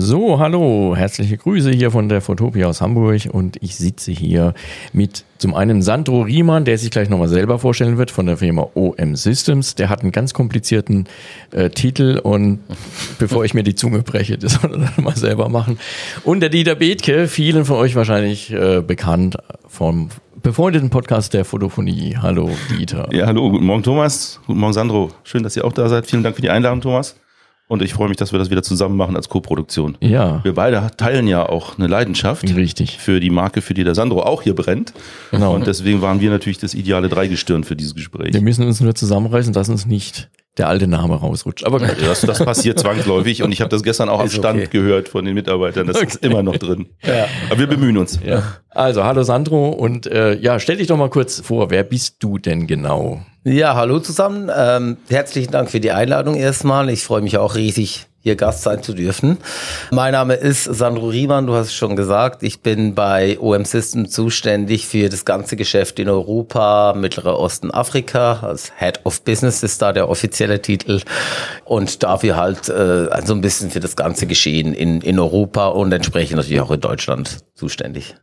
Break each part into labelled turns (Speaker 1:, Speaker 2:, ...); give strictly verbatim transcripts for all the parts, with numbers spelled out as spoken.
Speaker 1: So, hallo, herzliche Grüße hier von der Fotopia aus Hamburg und ich sitze hier mit zum einen Sandro Riemann, der sich gleich nochmal selber vorstellen wird von der Firma O M Systems. Der hat einen ganz komplizierten äh, Titel und bevor ich mir die Zunge breche, das soll er dann mal selber machen. Und der Dieter Bethke, vielen von euch wahrscheinlich äh, bekannt vom befreundeten Podcast der Fotophonie. Hallo Dieter.
Speaker 2: Ja, hallo, guten Morgen Thomas, guten Morgen Sandro. Schön, dass ihr auch da seid. Vielen Dank für die Einladung, Thomas. Und ich freue mich, dass wir das wieder zusammen machen als Co-Produktion.
Speaker 1: Ja.
Speaker 2: Wir beide teilen ja auch eine Leidenschaft.
Speaker 1: Richtig.
Speaker 2: Für die Marke, für die der Sandro auch hier brennt.
Speaker 1: Genau.
Speaker 2: Und deswegen waren wir natürlich das ideale Dreigestirn für dieses Gespräch.
Speaker 1: Wir müssen uns nur zusammenreißen, dass uns nicht der alte Name rausrutscht. Aber gut.
Speaker 2: Das, das passiert zwangsläufig und ich habe das gestern auch am Stand okay. gehört von den Mitarbeitern. Das okay. ist immer noch drin. Ja. Aber wir bemühen uns.
Speaker 1: Ja. Also, hallo Sandro und äh, ja, stell dich doch mal kurz vor, wer bist du denn genau?
Speaker 3: Ja, hallo zusammen. Ähm, herzlichen Dank für die Einladung erstmal. Ich freue mich auch riesig, hier Gast sein zu dürfen. Mein Name ist Sandro Riemann, du hast es schon gesagt. Ich bin bei O M Systems zuständig für das ganze Geschäft in Europa, Mittlerer Osten, Afrika. Als Head of Business ist da der offizielle Titel. Und dafür halt äh, so ein bisschen für das ganze Geschehen in, in Europa und entsprechend natürlich auch in Deutschland zuständig.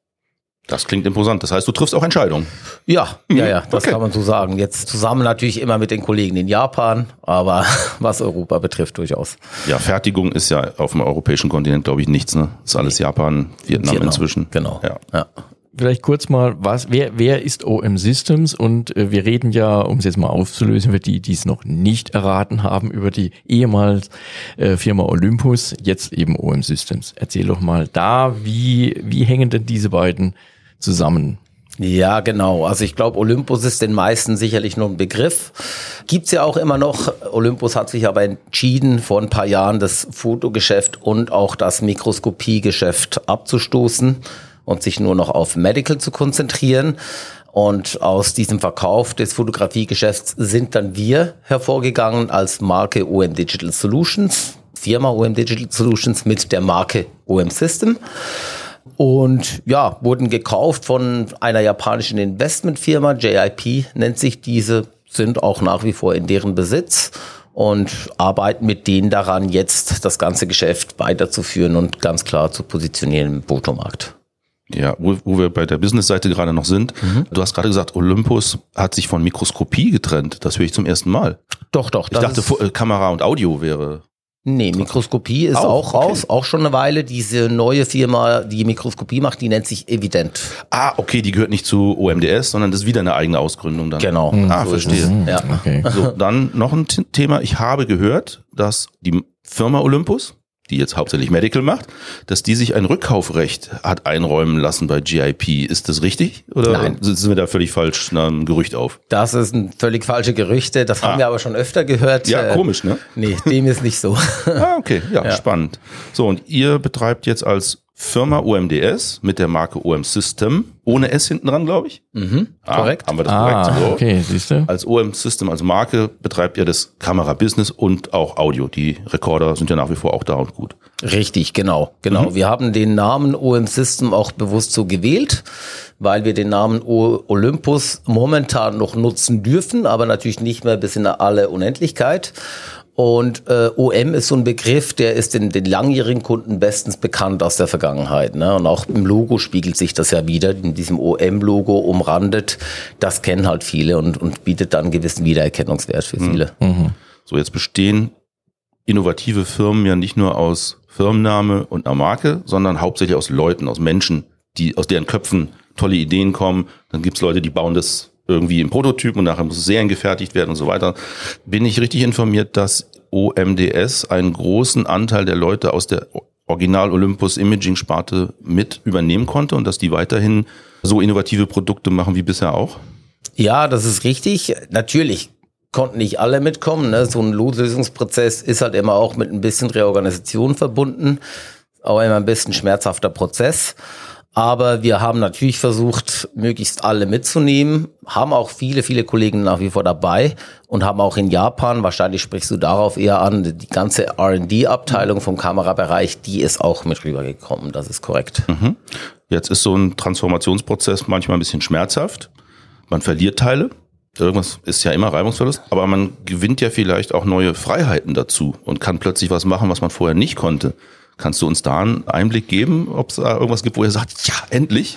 Speaker 2: Das klingt imposant. Das heißt, du triffst auch Entscheidungen.
Speaker 3: Ja, ja, ja, das okay. kann man so sagen. Jetzt zusammen natürlich immer mit den Kollegen in Japan, aber was Europa betrifft durchaus.
Speaker 2: Ja, Fertigung ist ja auf dem europäischen Kontinent, glaube ich, nichts. Ne? Das ist alles Japan, Vietnam
Speaker 3: genau.
Speaker 2: inzwischen.
Speaker 3: Genau.
Speaker 2: Ja.
Speaker 3: Ja.
Speaker 1: Vielleicht kurz mal, was, wer, wer ist O M Systems? Und äh, wir reden ja, um es jetzt mal aufzulösen, für die, die es noch nicht erraten haben, über die ehemals äh, Firma Olympus, jetzt eben O M Systems. Erzähl doch mal da, wie, wie hängen denn diese beiden zusammen?
Speaker 3: Ja, genau. Also ich glaube, Olympus ist den meisten sicherlich nur ein Begriff. Gibt's ja auch immer noch. Olympus hat sich aber entschieden, vor ein paar Jahren das Fotogeschäft und auch das Mikroskopiegeschäft abzustoßen und sich nur noch auf Medical zu konzentrieren. Und aus diesem Verkauf des Fotografiegeschäfts sind dann wir hervorgegangen als Marke O M Digital Solutions, Firma O M Digital Solutions mit der Marke O M System. Und ja, wurden gekauft von einer japanischen Investmentfirma, J I P nennt sich diese, sind auch nach wie vor in deren Besitz und arbeiten mit denen daran, jetzt das ganze Geschäft weiterzuführen und ganz klar zu positionieren im Fotomarkt.
Speaker 2: Ja, wo, wo wir bei der Business-Seite gerade noch sind. Mhm. Du hast gerade gesagt, Olympus hat sich von Mikroskopie getrennt. Das höre ich zum ersten Mal.
Speaker 3: Doch, doch.
Speaker 2: Ich dachte, ist Kamera und Audio wäre...
Speaker 3: Nee, Mikroskopie ist auch, auch raus, okay. auch schon eine Weile. Diese neue Firma, die Mikroskopie macht, die nennt sich Evident.
Speaker 2: Ah, okay, die gehört nicht zu O M D S, sondern das ist wieder eine eigene Ausgründung dann.
Speaker 3: Genau.
Speaker 2: Mhm. Ah, so verstehe.
Speaker 3: Mhm. Ja.
Speaker 2: Okay. So, dann noch ein Thema. Ich habe gehört, dass die Firma Olympus, die jetzt hauptsächlich Medical macht, dass die sich ein Rückkaufrecht hat einräumen lassen bei J I P. Ist das richtig? Oder
Speaker 3: Nein.
Speaker 2: Sind wir da völlig falsch einem Gerücht auf?
Speaker 3: Das ist ein völlig falsche Gerüchte. Das ah. haben wir aber schon öfter gehört.
Speaker 2: Ja, äh, komisch, ne?
Speaker 3: Nee, dem ist nicht so.
Speaker 2: Ah, okay. Ja, ja, spannend. So, und ihr betreibt jetzt als Firma O M D S mit der Marke O M System, ohne S hinten dran, glaube ich.
Speaker 3: Mhm,
Speaker 2: ah,
Speaker 3: korrekt.
Speaker 2: Haben wir das
Speaker 1: ah,
Speaker 2: korrekt? So.
Speaker 1: Okay, siehst du.
Speaker 2: Als O M System, als Marke betreibt ihr das Kamera-Business und auch Audio. Die Rekorder sind ja nach wie vor auch da und gut.
Speaker 3: Richtig, genau, genau. Mhm. Wir haben den Namen O M System auch bewusst so gewählt, weil wir den Namen o- Olympus momentan noch nutzen dürfen, aber natürlich nicht mehr bis in alle Unendlichkeit. Und äh, O M ist so ein Begriff, der ist den, den langjährigen Kunden bestens bekannt aus der Vergangenheit. Ne? Und auch im Logo spiegelt sich das ja wieder, in diesem O M-Logo umrandet. Das kennen halt viele und, und bietet dann einen gewissen Wiedererkennungswert für viele.
Speaker 2: Mhm. So, jetzt bestehen innovative Firmen ja nicht nur aus Firmenname und einer Marke, sondern hauptsächlich aus Leuten, aus Menschen, die aus deren Köpfen tolle Ideen kommen. Dann gibt's Leute, die bauen das irgendwie im Prototyp und nachher muss es seriengefertigt werden und so weiter. Bin ich richtig informiert, dass O M D S einen großen Anteil der Leute aus der Original Olympus Imaging Sparte mit übernehmen konnte und dass die weiterhin so innovative Produkte machen wie bisher auch?
Speaker 3: Ja, das ist richtig. Natürlich konnten nicht alle mitkommen. Ne? So ein Loslösungsprozess ist halt immer auch mit ein bisschen Reorganisation verbunden. Auch immer ein bisschen schmerzhafter Prozess. Aber wir haben natürlich versucht, möglichst alle mitzunehmen, haben auch viele, viele Kollegen nach wie vor dabei und haben auch in Japan, wahrscheinlich sprichst du darauf eher an, die ganze R and D-Abteilung vom Kamerabereich, die ist auch mit rübergekommen, das ist korrekt.
Speaker 2: Mhm. Jetzt ist so ein Transformationsprozess manchmal ein bisschen schmerzhaft, man verliert Teile, irgendwas ist ja immer Reibungsverlust, aber man gewinnt ja vielleicht auch neue Freiheiten dazu und kann plötzlich was machen, was man vorher nicht konnte. Kannst du uns da einen Einblick geben, ob es da irgendwas gibt, wo ihr sagt, ja, endlich?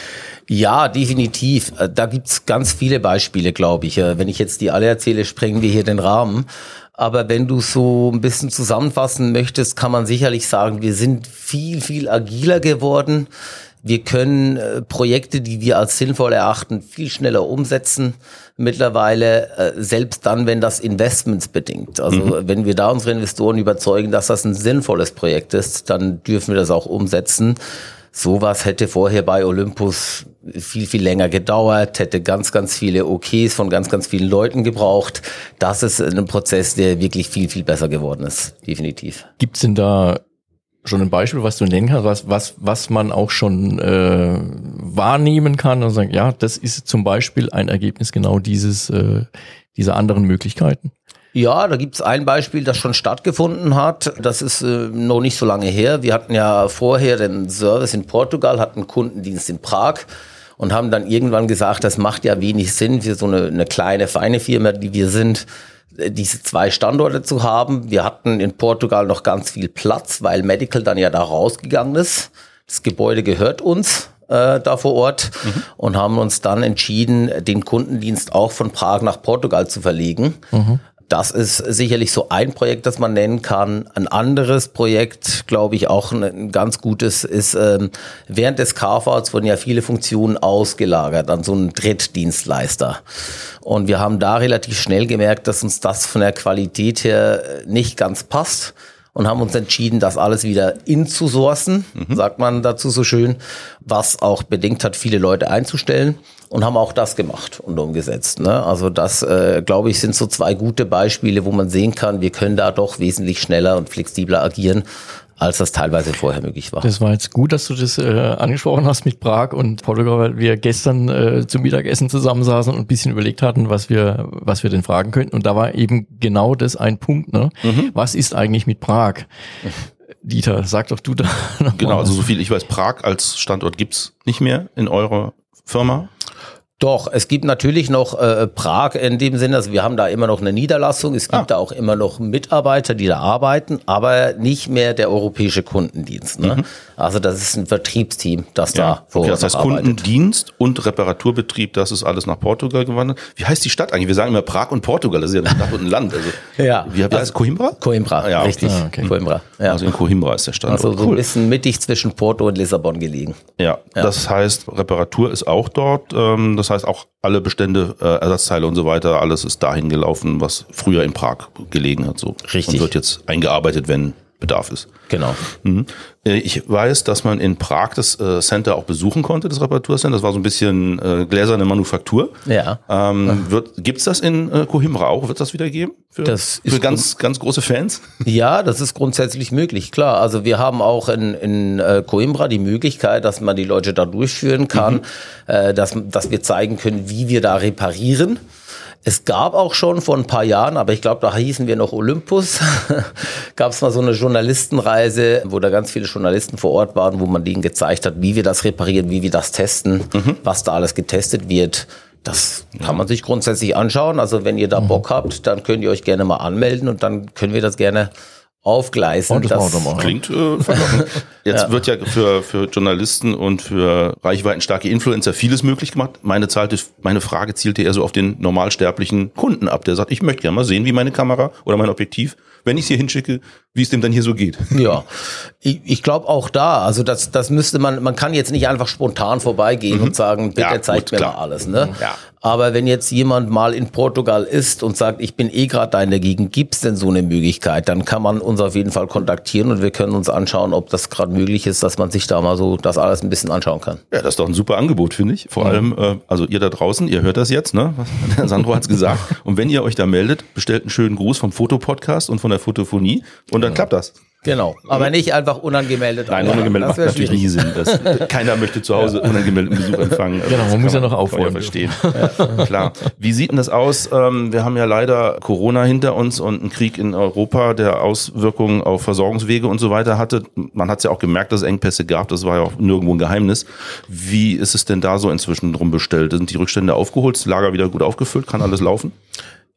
Speaker 3: Ja, definitiv. Da gibt's ganz viele Beispiele, glaube ich. Wenn ich jetzt die alle erzähle, sprengen wir hier den Rahmen. Aber wenn du so ein bisschen zusammenfassen möchtest, kann man sicherlich sagen, wir sind viel, viel agiler geworden. Wir können äh, Projekte, die wir als sinnvoll erachten, viel schneller umsetzen. Mittlerweile, äh, selbst dann, wenn das Investments bedingt. Also mhm. wenn wir da unsere Investoren überzeugen, dass das ein sinnvolles Projekt ist, dann dürfen wir das auch umsetzen. Sowas hätte vorher bei Olympus viel, viel länger gedauert, hätte ganz, ganz viele Okays von ganz, ganz vielen Leuten gebraucht. Das ist ein Prozess, der wirklich viel, viel besser geworden ist, definitiv.
Speaker 1: Gibt's denn da schon ein Beispiel, was du nennen kannst, was, was, was man auch schon äh, wahrnehmen kann und sagen, ja, das ist zum Beispiel ein Ergebnis genau dieses, äh, dieser anderen Möglichkeiten?
Speaker 3: Ja, da gibt's ein Beispiel, das schon stattgefunden hat. Das ist äh, noch nicht so lange her. Wir hatten ja vorher den Service in Portugal, hatten Kundendienst in Prag und haben dann irgendwann gesagt, das macht ja wenig Sinn für so eine, eine kleine, feine Firma, die wir sind, diese zwei Standorte zu haben. Wir hatten in Portugal noch ganz viel Platz, weil Medical dann ja da rausgegangen ist. Das Gebäude gehört uns äh, da vor Ort mhm. und haben uns dann entschieden, den Kundendienst auch von Prag nach Portugal zu verlegen. Mhm. Das ist sicherlich so ein Projekt, das man nennen kann. Ein anderes Projekt, glaube ich, auch ein ganz gutes, ist ähm, während des Carve-outs wurden ja viele Funktionen ausgelagert an so einen Drittdienstleister. Und wir haben da relativ schnell gemerkt, dass uns das von der Qualität her nicht ganz passt und haben uns entschieden, das alles wieder inzusourcen, mhm. sagt man dazu so schön, was auch bedingt hat, viele Leute einzustellen. Und haben auch das gemacht und umgesetzt. Ne? Also das, äh, glaube ich, sind so zwei gute Beispiele, wo man sehen kann, wir können da doch wesentlich schneller und flexibler agieren, als das teilweise vorher möglich war.
Speaker 1: Das war jetzt gut, dass du das äh, angesprochen hast mit Prag und Portugal, weil wir gestern äh, zum Mittagessen zusammensaßen und ein bisschen überlegt hatten, was wir was wir denn fragen könnten. Und da war eben genau das ein Punkt. Ne? Mhm. Was ist eigentlich mit Prag? Mhm. Dieter, sag doch du da noch
Speaker 2: Genau,
Speaker 1: mal.
Speaker 2: Also so viel ich weiß, Prag als Standort gibt's nicht mehr in eurer Firma.
Speaker 3: Doch, es gibt natürlich noch äh, Prag in dem Sinne, also wir haben da immer noch eine Niederlassung, es gibt ah. da auch immer noch Mitarbeiter, die da arbeiten, aber nicht mehr der europäische Kundendienst. Ne? Mhm. Also das ist ein Vertriebsteam, das ja. da vor
Speaker 2: okay,
Speaker 3: Ort
Speaker 2: das heißt
Speaker 3: arbeitet.
Speaker 2: Kundendienst und Reparaturbetrieb, das ist alles nach Portugal gewandert. Wie heißt die Stadt eigentlich? Wir sagen immer Prag und Portugal, das ist ja eine Stadt und ein Land. Also,
Speaker 3: ja.
Speaker 2: Wie heißt es? Coimbra?
Speaker 3: Coimbra,
Speaker 2: ah, ja,
Speaker 3: richtig.
Speaker 2: Okay. Ah, okay.
Speaker 3: Coimbra, ja.
Speaker 2: Also in Coimbra ist der Standort.
Speaker 3: Also so
Speaker 2: cool.
Speaker 3: ein bisschen mittig zwischen Porto und Lissabon gelegen.
Speaker 2: Ja, ja, das heißt, Reparatur ist auch dort. Ähm, das heißt, auch alle Bestände, äh, Ersatzteile und so weiter, alles ist dahin gelaufen, was früher in Prag gelegen hat. So.
Speaker 3: Richtig.
Speaker 2: Und wird jetzt eingearbeitet, wenn Bedarf ist.
Speaker 3: Genau.
Speaker 2: Mhm. Ich weiß, dass man in Prag das äh, Center auch besuchen konnte, das Reparaturcenter. Das war so ein bisschen äh, gläserne Manufaktur.
Speaker 3: Ja.
Speaker 2: Ähm, wird, gibt's das in äh, Coimbra auch? Wird das wieder geben? Für,
Speaker 3: das
Speaker 2: für ganz, ganz große Fans?
Speaker 3: Ja, das ist grundsätzlich möglich, klar. Also wir haben auch in, in äh, Coimbra die Möglichkeit, dass man die Leute da durchführen kann, mhm. äh, dass, dass wir zeigen können, wie wir da reparieren. Es gab auch schon vor ein paar Jahren, aber ich glaube, da hießen wir noch Olympus, gab es mal so eine Journalistenreise, wo da ganz viele Journalisten vor Ort waren, wo man denen gezeigt hat, wie wir das reparieren, wie wir das testen, mhm. was da alles getestet wird. Das kann man sich grundsätzlich anschauen. Also wenn ihr da mhm. Bock habt, dann könnt ihr euch gerne mal anmelden und dann können wir das gerne aufgleisen.
Speaker 1: Oh, das das
Speaker 2: mal. Klingt äh, verlockend. Jetzt
Speaker 3: ja.
Speaker 2: wird ja für, für Journalisten und für reichweitenstarke Influencer vieles möglich gemacht. Meine, Zahl, meine Frage zielte eher so auf den normalsterblichen Kunden ab, der sagt, ich möchte gerne mal sehen, wie meine Kamera oder mein Objektiv, wenn ich es hier hinschicke, wie es dem dann hier so geht.
Speaker 3: Ja, ich, ich glaube auch da, also das, das müsste man, man kann jetzt nicht einfach spontan vorbeigehen mhm. und sagen, bitte ja, zeigt gut, mir klar. mal alles. Ne? Ja. Aber wenn jetzt jemand mal in Portugal ist und sagt, ich bin eh gerade da in der Gegend, gibt's denn so eine Möglichkeit, dann kann man uns auf jeden Fall kontaktieren und wir können uns anschauen, ob das gerade möglich ist, dass man sich da mal so das alles ein bisschen anschauen kann.
Speaker 2: Ja, das ist doch ein super Angebot, finde ich. Vor mhm. allem, äh, also ihr da draußen, ihr hört das jetzt, ne? Sandro hat's gesagt. Und wenn ihr euch da meldet, bestellt einen schönen Gruß vom Fotopodcast und von der Fotophonie und dann ja. klappt das.
Speaker 3: Genau, aber nicht einfach unangemeldet.
Speaker 2: Nein, unangemeldet macht natürlich nie Sinn. Das, keiner möchte zu Hause ja. unangemeldeten Besuch empfangen.
Speaker 1: Also genau, man muss ja noch aufräumen.
Speaker 2: Verstehen. Ja. Klar. Wie sieht denn das aus? Wir haben ja leider Corona hinter uns und einen Krieg in Europa, der Auswirkungen auf Versorgungswege und so weiter hatte. Man hat es ja auch gemerkt, dass es Engpässe gab. Das war ja auch nirgendwo ein Geheimnis. Wie ist es denn da so inzwischen drum bestellt? Sind die Rückstände aufgeholt? Ist das Lager wieder gut aufgefüllt? Kann alles laufen?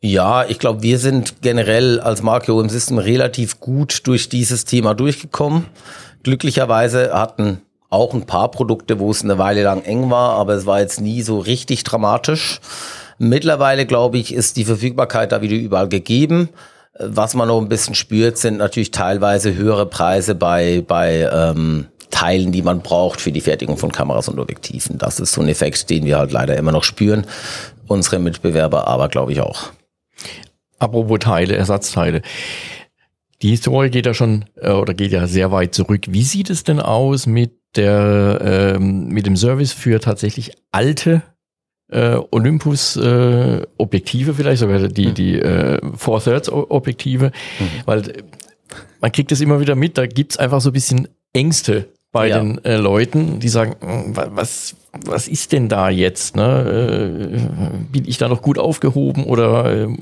Speaker 3: Ja, ich glaube, wir sind generell als Marke O M System relativ gut durch dieses Thema durchgekommen. Glücklicherweise hatten auch ein paar Produkte, wo es eine Weile lang eng war, aber es war jetzt nie so richtig dramatisch. Mittlerweile, glaube ich, ist die Verfügbarkeit da wieder überall gegeben. Was man noch ein bisschen spürt, sind natürlich teilweise höhere Preise bei bei ähm, Teilen, die man braucht für die Fertigung von Kameras und Objektiven. Das ist so ein Effekt, den wir halt leider immer noch spüren. Unsere Mitbewerber aber, glaube ich, auch.
Speaker 1: Apropos Teile, Ersatzteile. Die Historie geht ja schon äh, oder geht ja sehr weit zurück. Wie sieht es denn aus mit der ähm, mit dem Service für tatsächlich alte äh, Olympus äh, Objektive, vielleicht sogar die mhm. die äh, Four Thirds Objektive, mhm. weil man kriegt das immer wieder mit. Da gibt's einfach so ein bisschen Ängste bei ja. den äh, Leuten, die sagen, was was ist denn da jetzt? Ne? Äh, bin ich da noch gut aufgehoben oder? Äh,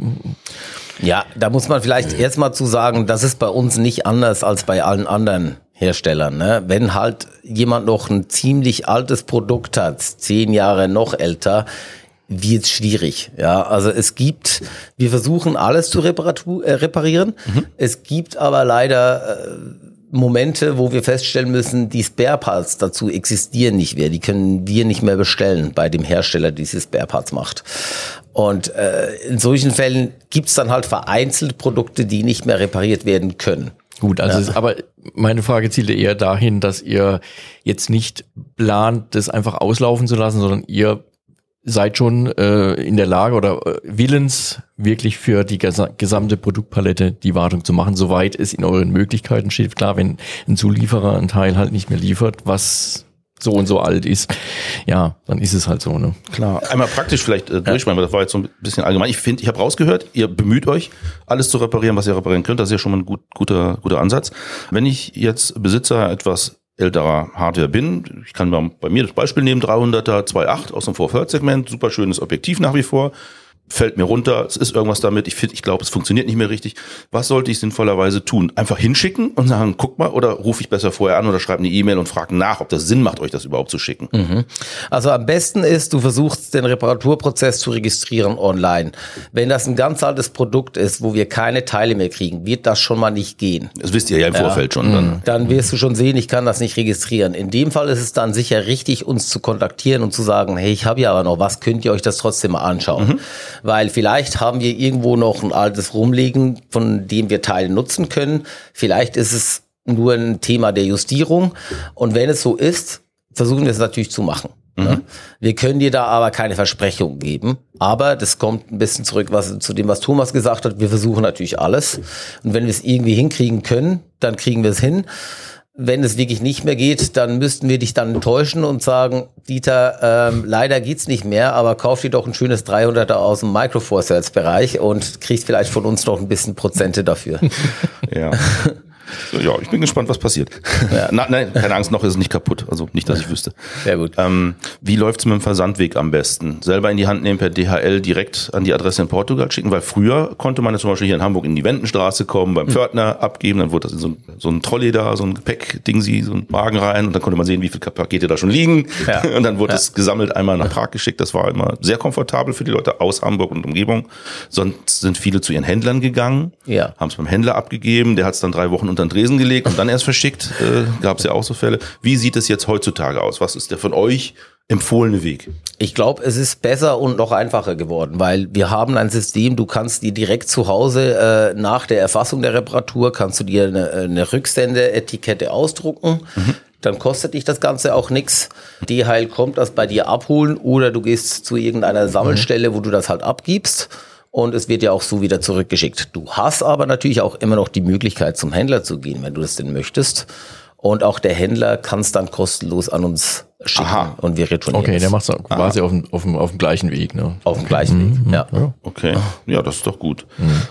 Speaker 3: Ja, da muss man vielleicht erstmal zu sagen, das ist bei uns nicht anders als bei allen anderen Herstellern. Ne? Wenn halt jemand noch ein ziemlich altes Produkt hat, zehn Jahre noch älter, wird's schwierig. Ja, also es gibt, wir versuchen alles zu reparatur, äh, reparieren. Mhm. Es gibt aber leider äh, Momente, wo wir feststellen müssen, die Spare-Parts dazu existieren nicht mehr. Die können wir nicht mehr bestellen bei dem Hersteller, der diese Spare-Parts macht. Und äh, in solchen Fällen gibt's dann halt vereinzelt Produkte, die nicht mehr repariert werden können.
Speaker 1: Gut, also ja. es, aber meine Frage zielte eher dahin, dass ihr jetzt nicht plant, das einfach auslaufen zu lassen, sondern ihr seid schon äh, in der Lage oder äh, willens, wirklich für die gesa- gesamte Produktpalette die Wartung zu machen, soweit es in euren Möglichkeiten steht. Klar, wenn ein Zulieferer einen Teil halt nicht mehr liefert, was so und so alt ist, ja, dann ist es halt so, ne?
Speaker 2: Klar. Einmal praktisch vielleicht äh, durchsprechen, weil das war jetzt so ein bisschen allgemein. Ich finde, ich habe rausgehört, ihr bemüht euch, alles zu reparieren, was ihr reparieren könnt. Das ist ja schon mal ein gut, guter, guter Ansatz. Wenn ich jetzt Besitzer etwas älterer Hardware bin, ich kann mal bei mir das Beispiel nehmen, dreihunderter zwei Komma acht aus dem Four Thirds Segment, super schönes Objektiv nach wie vor, fällt mir runter, es ist irgendwas damit, ich finde, ich glaube, es funktioniert nicht mehr richtig. Was sollte ich sinnvollerweise tun? Einfach hinschicken und sagen, guck mal, oder rufe ich besser vorher an oder schreibe eine E-Mail und frage nach, ob das Sinn macht, euch das überhaupt zu schicken?
Speaker 3: Mhm. Also am besten ist, du versuchst den Reparaturprozess zu registrieren online. Wenn das ein ganz altes Produkt ist, wo wir keine Teile mehr kriegen, wird das schon mal nicht gehen.
Speaker 2: Das wisst ihr ja im ja. Vorfeld schon. Dann.
Speaker 3: dann wirst du schon sehen, ich kann das nicht registrieren. In dem Fall ist es dann sicher richtig, uns zu kontaktieren und zu sagen, hey, ich habe ja aber noch was, könnt ihr euch das trotzdem mal anschauen? Mhm. Weil vielleicht haben wir irgendwo noch ein altes rumliegen, von dem wir Teile nutzen können. Vielleicht ist es nur ein Thema der Justierung. Und wenn es so ist, versuchen wir es natürlich zu machen. Mhm. Ne? Wir können dir da aber keine Versprechung geben. Aber das kommt ein bisschen zurück was, zu dem, was Thomas gesagt hat. Wir versuchen natürlich alles. Und wenn wir es irgendwie hinkriegen können, dann kriegen wir es hin. Wenn es wirklich nicht mehr geht, dann müssten wir dich dann enttäuschen und sagen, Dieter, ähm, leider geht's nicht mehr, aber kauf dir doch ein schönes dreihunderter aus dem Micro Four Thirds Bereich und kriegst vielleicht von uns noch ein bisschen Prozente dafür.
Speaker 2: Ja. So, ja, ich bin gespannt, was passiert. Ja. Na, nein, keine Angst, noch ist es nicht kaputt. Also nicht, dass ich wüsste.
Speaker 3: Sehr gut.
Speaker 2: Ähm, wie läuft's mit dem Versandweg am besten? Selber in die Hand nehmen, per D H L direkt an die Adresse in Portugal schicken? Weil früher konnte man ja zum Beispiel hier in Hamburg in die Wendenstraße kommen, beim Pförtner mhm. abgeben, dann wurde das in so ein, so ein Trolley da, so ein Gepäck-Dingsi, so ein Wagen rein und dann konnte man sehen, wie viele Pakete da schon liegen. Ja. Und dann wurde es ja. gesammelt, einmal nach Prag geschickt. Das war immer sehr komfortabel für die Leute aus Hamburg und Umgebung. Sonst sind viele zu ihren Händlern gegangen,
Speaker 3: ja.
Speaker 2: haben es beim Händler abgegeben, der hat es dann drei Wochen unter den Tresen gelegt und dann erst verschickt, äh, gab es ja auch so Fälle. Wie sieht es jetzt heutzutage aus? Was ist der von euch empfohlene Weg?
Speaker 3: Ich glaube, es ist besser und noch einfacher geworden, weil wir haben ein System, du kannst dir direkt zu Hause äh, nach der Erfassung der Reparatur, kannst du dir eine, eine Rücksendeetikette ausdrucken. Mhm. Dann kostet dich das Ganze auch nichts. D H L kommt das bei dir abholen oder du gehst zu irgendeiner Sammelstelle, wo du das halt abgibst. Und es wird ja auch so wieder zurückgeschickt. Du hast aber natürlich auch immer noch die Möglichkeit, zum Händler zu gehen, wenn du das denn möchtest. Und auch der Händler kann es dann kostenlos an uns schicken. Aha. Und wir retournieren.
Speaker 1: Okay, der macht es quasi auf dem, auf, dem, auf dem gleichen Weg. Ne?
Speaker 3: Auf dem gleichen
Speaker 1: mhm.
Speaker 3: Weg, ja.
Speaker 2: Okay, ja, das ist doch gut. Mhm.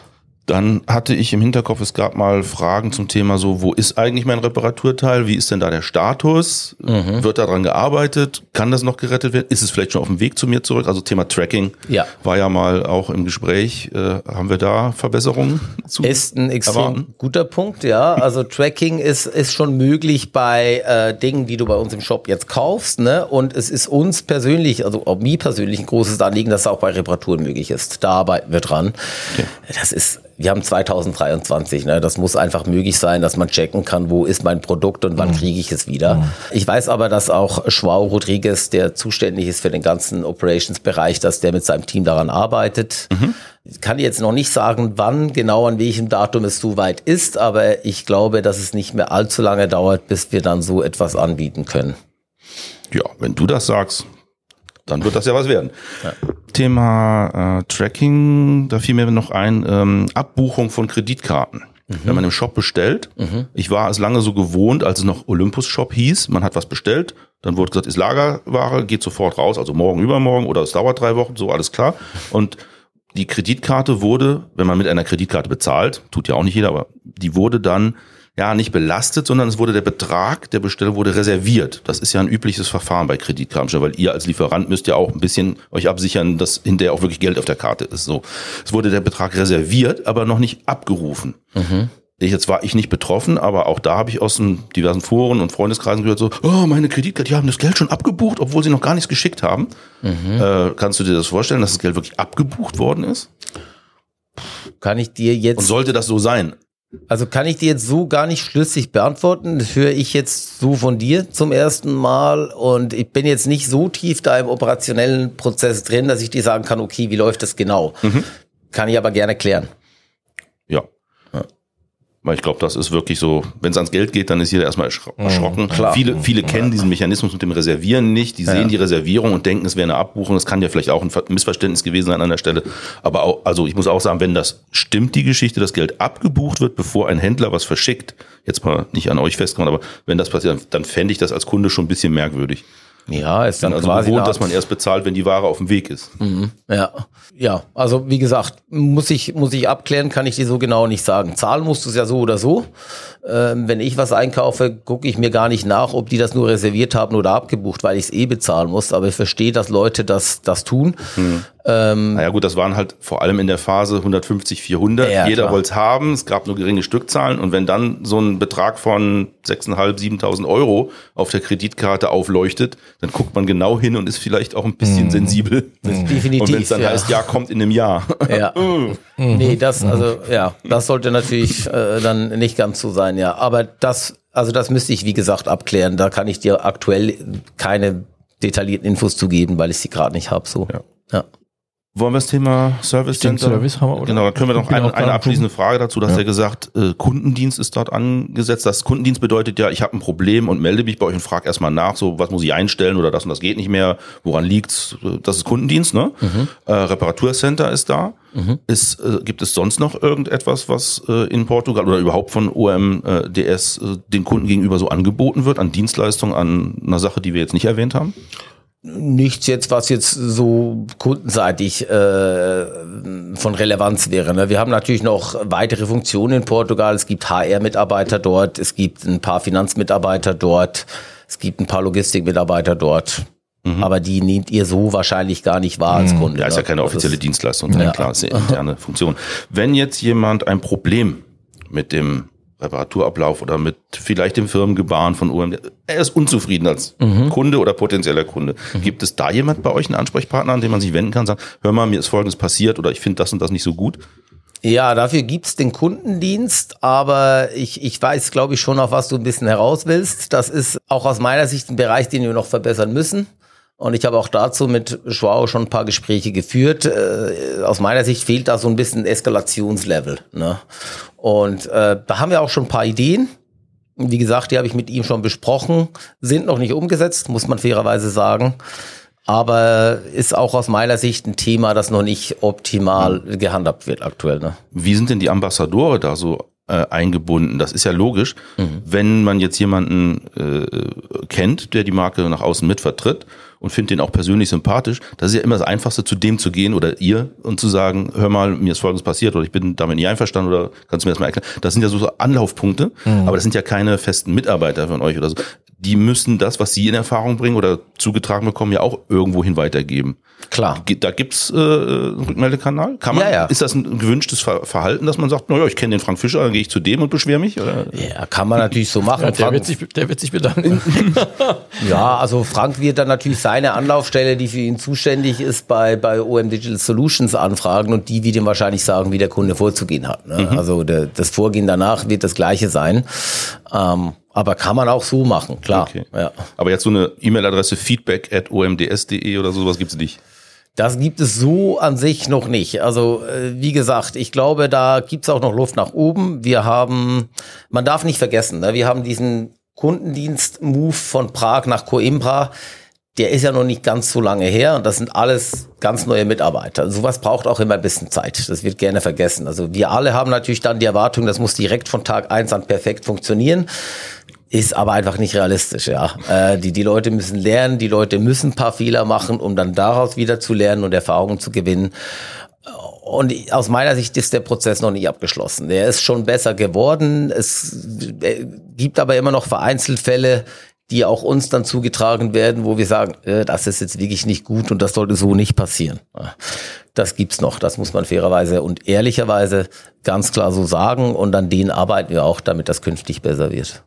Speaker 2: Dann hatte ich im Hinterkopf, es gab mal Fragen zum Thema so, wo ist eigentlich mein Reparaturteil? Wie ist denn da der Status? Mhm. Wird daran gearbeitet? Kann das noch gerettet werden? Ist es vielleicht schon auf dem Weg zu mir zurück? Also Thema Tracking
Speaker 3: ja.
Speaker 2: war ja mal auch im Gespräch. Äh, haben wir da Verbesserungen zu
Speaker 3: Ist ein extrem
Speaker 2: erwarten?
Speaker 3: guter Punkt, ja. Also Tracking ist, ist schon möglich bei äh, Dingen, die du bei uns im Shop jetzt kaufst, ne? Und es ist uns persönlich, also auch mir persönlich ein großes Anliegen, dass es auch bei Reparaturen möglich ist. Da arbeiten wir dran. Okay. Das ist Wir haben zweitausenddreiundzwanzig, ne? Das muss einfach möglich sein, dass man checken kann, wo ist mein Produkt und wann kriege ich es wieder. Mhm. Ich weiß aber, dass auch Joao Rodriguez, der zuständig ist für den ganzen Operations-Bereich, dass der mit seinem Team daran arbeitet. Mhm. Ich kann jetzt noch nicht sagen, wann genau, an welchem Datum es soweit ist, aber ich glaube, dass es nicht mehr allzu lange dauert, bis wir dann so etwas anbieten können.
Speaker 2: Ja, wenn du das sagst, dann wird das ja was werden. Ja. Thema äh, Tracking, da fiel mir noch ein, ähm, Abbuchung von Kreditkarten. Mhm. Wenn man im Shop bestellt, mhm. ich war es lange so gewohnt, als es noch Olympus Shop hieß, man hat was bestellt, dann wurde gesagt, ist Lagerware, geht sofort raus, also morgen, übermorgen oder es dauert drei Wochen, so alles klar. Und die Kreditkarte wurde, wenn man mit einer Kreditkarte bezahlt, tut ja auch nicht jeder, aber die wurde dann ja nicht belastet, sondern es wurde der Betrag der Bestellung wurde reserviert. Das ist ja ein übliches Verfahren bei Kreditkarten, weil ihr als Lieferant müsst ja auch ein bisschen euch absichern, dass hinterher auch wirklich Geld auf der Karte ist. So, es wurde der Betrag reserviert, aber noch nicht abgerufen. Mhm. Jetzt war ich nicht betroffen, aber auch da habe ich aus den diversen Foren und Freundeskreisen gehört, so, oh, meine Kreditkarte, die haben das Geld schon abgebucht, obwohl sie noch gar nichts geschickt haben. Mhm. Äh, kannst du dir das vorstellen, dass das Geld wirklich abgebucht worden ist?
Speaker 3: Kann ich dir jetzt...
Speaker 2: Und sollte das so sein?
Speaker 3: Also kann ich dir jetzt so gar nicht schlüssig beantworten. Das höre ich jetzt so von dir zum ersten Mal und ich bin jetzt nicht so tief da im operationellen Prozess drin, dass ich dir sagen kann, okay, wie läuft das genau? Mhm. Kann ich aber gerne klären.
Speaker 2: Ja. ja. Weil ich glaube, das ist wirklich so, wenn es ans Geld geht, dann ist jeder erstmal erschrocken. Mhm, klar. Viele, viele kennen ja. diesen Mechanismus mit dem Reservieren nicht. Die ja. sehen die Reservierung und denken, es wäre eine Abbuchung. Das kann ja vielleicht auch ein Missverständnis gewesen sein an der Stelle. Aber auch, also ich muss auch sagen, wenn das stimmt, die Geschichte, das Geld abgebucht wird, bevor ein Händler was verschickt, jetzt mal nicht an euch festgemacht, aber wenn das passiert, dann fände ich das als Kunde schon ein bisschen merkwürdig.
Speaker 3: Ja, ist dann
Speaker 2: also
Speaker 3: quasi
Speaker 2: gewohnt, dass man erst bezahlt, wenn die Ware auf dem Weg ist.
Speaker 3: Mhm, ja, ja. Also wie gesagt, muss ich muss ich abklären, kann ich dir so genau nicht sagen. Zahlen musst du es ja so oder so. Ähm, wenn ich was einkaufe, gucke ich mir gar nicht nach, ob die das nur reserviert haben oder abgebucht, weil ich es eh bezahlen muss. Aber ich verstehe, dass Leute das das tun. Mhm. Ähm,
Speaker 2: naja gut, das waren halt vor allem in der Phase hundertfünfzig, vierhundert. Ja, jeder wollte es haben, es gab nur geringe Stückzahlen. Und wenn dann so ein Betrag von sechstausendfünfhundert, siebentausend Euro auf der Kreditkarte aufleuchtet, dann guckt man genau hin und ist vielleicht auch ein bisschen mhm. sensibel.
Speaker 3: Definitiv.
Speaker 2: Und wenn es dann ja. heißt, ja, kommt in einem Jahr.
Speaker 3: Ja. mhm. Nee, das, also, ja, das sollte natürlich äh, dann nicht ganz so sein, ja. Aber das, also das müsste ich, wie gesagt, abklären. Da kann ich dir aktuell keine detaillierten Infos zu geben, weil ich sie gerade nicht habe, so.
Speaker 2: Ja.
Speaker 3: ja.
Speaker 2: Wollen wir das Thema Service Center?
Speaker 1: Service haben wir, oder?
Speaker 2: Genau, dann können wir noch eine, eine abschließende Frage dazu. Du hast ja, ja gesagt, äh, Kundendienst ist dort angesetzt. Das Kundendienst bedeutet ja, ich habe ein Problem und melde mich bei euch und frage erstmal nach, so was muss ich einstellen oder das und das geht nicht mehr, woran liegt's? Das ist Kundendienst, ne? Mhm. Äh, Reparaturcenter ist da. Mhm. Ist, äh, gibt es sonst noch irgendetwas, was äh, in Portugal oder überhaupt von O M D S äh, den Kunden gegenüber so angeboten wird, an Dienstleistungen, an einer Sache, die wir jetzt nicht erwähnt haben?
Speaker 3: Nichts jetzt, was jetzt so kundenseitig äh, von Relevanz wäre. Ne? Wir haben natürlich noch weitere Funktionen in Portugal. Es gibt H R-Mitarbeiter dort, es gibt ein paar Finanzmitarbeiter dort, es gibt ein paar Logistikmitarbeiter dort. Mhm. Aber die nehmt ihr so wahrscheinlich gar nicht wahr als Kunde.
Speaker 2: Ja, ist ja keine offizielle ist, Dienstleistung, ja. Klar, ist eine interne Funktion. Wenn jetzt jemand ein Problem mit dem Reparaturablauf oder mit vielleicht dem Firmengebaren von O M D, er ist unzufrieden als mhm. Kunde oder potenzieller Kunde. Mhm. Gibt es da jemand bei euch, einen Ansprechpartner, an den man sich wenden kann, sagen, hör mal, mir ist Folgendes passiert oder ich finde das und das nicht so gut?
Speaker 3: Ja, dafür gibt's den Kundendienst, aber ich, ich weiß, glaube ich, schon, auf was du ein bisschen heraus willst. Das ist auch aus meiner Sicht ein Bereich, den wir noch verbessern müssen. Und ich habe auch dazu mit Joao schon ein paar Gespräche geführt. Äh, aus meiner Sicht fehlt da so ein bisschen Eskalationslevel. Ne? Und äh, da haben wir auch schon ein paar Ideen. Wie gesagt, die habe ich mit ihm schon besprochen. Sind noch nicht umgesetzt, muss man fairerweise sagen. Aber ist auch aus meiner Sicht ein Thema, das noch nicht optimal gehandhabt wird aktuell. Ne?
Speaker 2: Wie sind denn die Ambassadore da so äh, eingebunden? Das ist ja logisch. Mhm. Wenn man jetzt jemanden äh, kennt, der die Marke nach außen mit vertritt und finde den auch persönlich sympathisch, das ist ja immer das Einfachste, zu dem zu gehen oder ihr und zu sagen, hör mal, mir ist Folgendes passiert oder ich bin damit nicht einverstanden oder kannst du mir das mal erklären. Das sind ja so Anlaufpunkte, mhm. aber das sind ja keine festen Mitarbeiter von euch oder so. Die müssen das, was sie in Erfahrung bringen oder zugetragen bekommen, ja auch irgendwohin weitergeben.
Speaker 3: Klar.
Speaker 2: Da gibt's äh, einen Rückmeldekanal? Kann man?
Speaker 3: Ja, ja.
Speaker 2: Ist das ein gewünschtes Verhalten, dass man sagt, naja, ich kenne den Frank Fischer, dann gehe ich zu dem und beschwere mich? Oder?
Speaker 3: Ja, kann man natürlich so machen.
Speaker 1: Ja, der, wird sich, der wird sich bedanken.
Speaker 3: Ja, also Frank wird dann natürlich seine Anlaufstelle, die für ihn zuständig ist, bei, bei O M Digital Solutions anfragen und die wird ihm wahrscheinlich sagen, wie der Kunde vorzugehen hat. Ne? Mhm. Also der, das Vorgehen danach wird das gleiche sein. Ähm, Aber kann man auch so machen, klar.
Speaker 2: Okay.
Speaker 3: Ja.
Speaker 2: Aber jetzt so eine E-Mail-Adresse feedback at o m d s punkt d e oder sowas gibt's nicht?
Speaker 3: Das gibt es so an sich noch nicht. Also wie gesagt, ich glaube, da gibt's auch noch Luft nach oben. Wir haben, man darf nicht vergessen, ne, wir haben diesen Kundendienst-Move von Prag nach Coimbra. Der ist ja noch nicht ganz so lange her und das sind alles ganz neue Mitarbeiter. Sowas braucht auch immer ein bisschen Zeit. Das wird gerne vergessen. Also wir alle haben natürlich dann die Erwartung, das muss direkt von Tag eins an perfekt funktionieren. Ist aber einfach nicht realistisch, ja. Äh, die, die Leute müssen lernen, die Leute müssen ein paar Fehler machen, um dann daraus wieder zu lernen und Erfahrungen zu gewinnen. Und aus meiner Sicht ist der Prozess noch nicht abgeschlossen. Der ist schon besser geworden. Es gibt aber immer noch vereinzelt Fälle, die auch uns dann zugetragen werden, wo wir sagen, äh, das ist jetzt wirklich nicht gut und das sollte so nicht passieren. Das gibt's noch, das muss man fairerweise und ehrlicherweise ganz klar so sagen und an denen arbeiten wir auch, damit das künftig besser wird.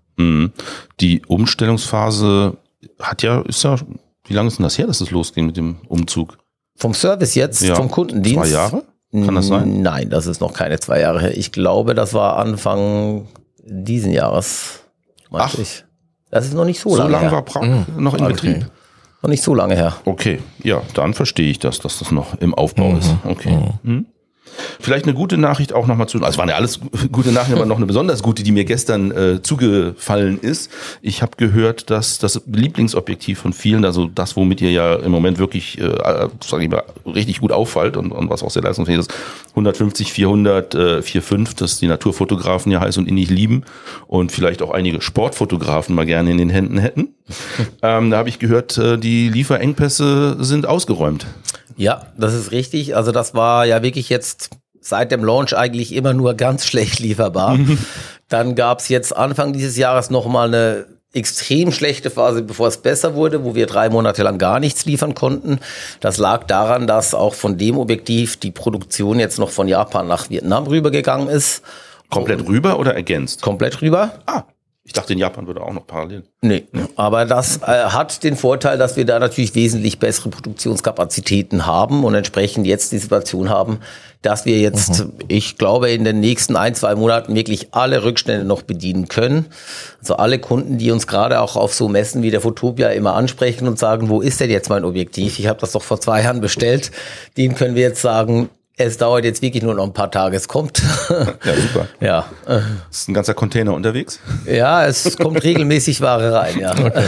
Speaker 2: Die Umstellungsphase hat ja, ist ja, wie lange ist denn das her, dass es losging mit dem Umzug?
Speaker 3: Vom Service jetzt, ja, vom Kundendienst?
Speaker 2: Zwei Jahre? Kann das sein?
Speaker 3: Nein, das ist noch keine zwei Jahre her. Ich glaube, das war Anfang diesen Jahres, meinte
Speaker 2: Ach.
Speaker 3: ich. Das ist noch nicht so,
Speaker 2: So
Speaker 3: lange
Speaker 2: lange
Speaker 3: her.
Speaker 2: war Prag
Speaker 1: Mhm.
Speaker 2: noch in
Speaker 1: Okay.
Speaker 2: Betrieb?
Speaker 3: Noch nicht so lange her.
Speaker 2: Okay, ja, dann verstehe ich das, dass das noch im Aufbau ist. Okay. Mhm. Vielleicht eine gute Nachricht auch nochmal zu, also es waren ja alles gute Nachrichten, aber noch eine besonders gute, die mir gestern äh, zugefallen ist. Ich habe gehört, dass das Lieblingsobjektiv von vielen, also das, womit ihr ja im Moment wirklich, äh, sage ich mal, richtig gut auffällt und, und was auch sehr leistungsfähig ist, hundertfünfzig, vierhundert, äh, vier Komma fünf, das die Naturfotografen ja heiß und innig lieben und vielleicht auch einige Sportfotografen mal gerne in den Händen hätten. ähm, da habe ich gehört, äh, die Lieferengpässe sind ausgeräumt.
Speaker 3: Ja, das ist richtig. Also das war ja wirklich jetzt seit dem Launch eigentlich immer nur ganz schlecht lieferbar. Dann gab's jetzt Anfang dieses Jahres nochmal eine extrem schlechte Phase, bevor es besser wurde, wo wir drei Monate lang gar nichts liefern konnten. Das lag daran, dass auch von dem Objektiv die Produktion jetzt noch von Japan nach Vietnam rübergegangen ist.
Speaker 2: Komplett rüber oder ergänzt?
Speaker 3: Komplett rüber.
Speaker 2: Ah, ich dachte, in Japan würde auch noch parallel.
Speaker 3: Nee, aber das äh, hat den Vorteil, dass wir da natürlich wesentlich bessere Produktionskapazitäten haben und entsprechend jetzt die Situation haben, dass wir jetzt, mhm. ich glaube, in den nächsten ein, zwei Monaten wirklich alle Rückstände noch bedienen können. Also alle Kunden, die uns gerade auch auf so Messen wie der Fotopia immer ansprechen und sagen, wo ist denn jetzt mein Objektiv? Ich habe das doch vor zwei Jahren bestellt. Denen können wir jetzt sagen, es dauert jetzt wirklich nur noch ein paar Tage, es kommt.
Speaker 2: Ja, super.
Speaker 3: Ja.
Speaker 2: Ist ein ganzer Container unterwegs?
Speaker 3: Ja, es kommt regelmäßig Ware rein, ja.
Speaker 1: Okay.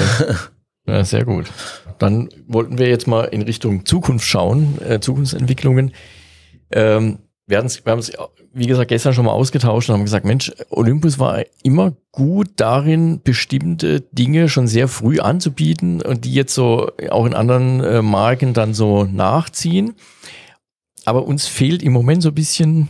Speaker 1: Ja, sehr gut. Dann wollten wir jetzt mal in Richtung Zukunft schauen, äh, Zukunftsentwicklungen. Ähm, wir haben es, wir haben es, wie gesagt, gestern schon mal ausgetauscht und haben gesagt, Mensch, Olympus war immer gut darin, bestimmte Dinge schon sehr früh anzubieten und die jetzt so auch in anderen äh, Marken dann so nachziehen. Aber uns fehlt im Moment so ein bisschen,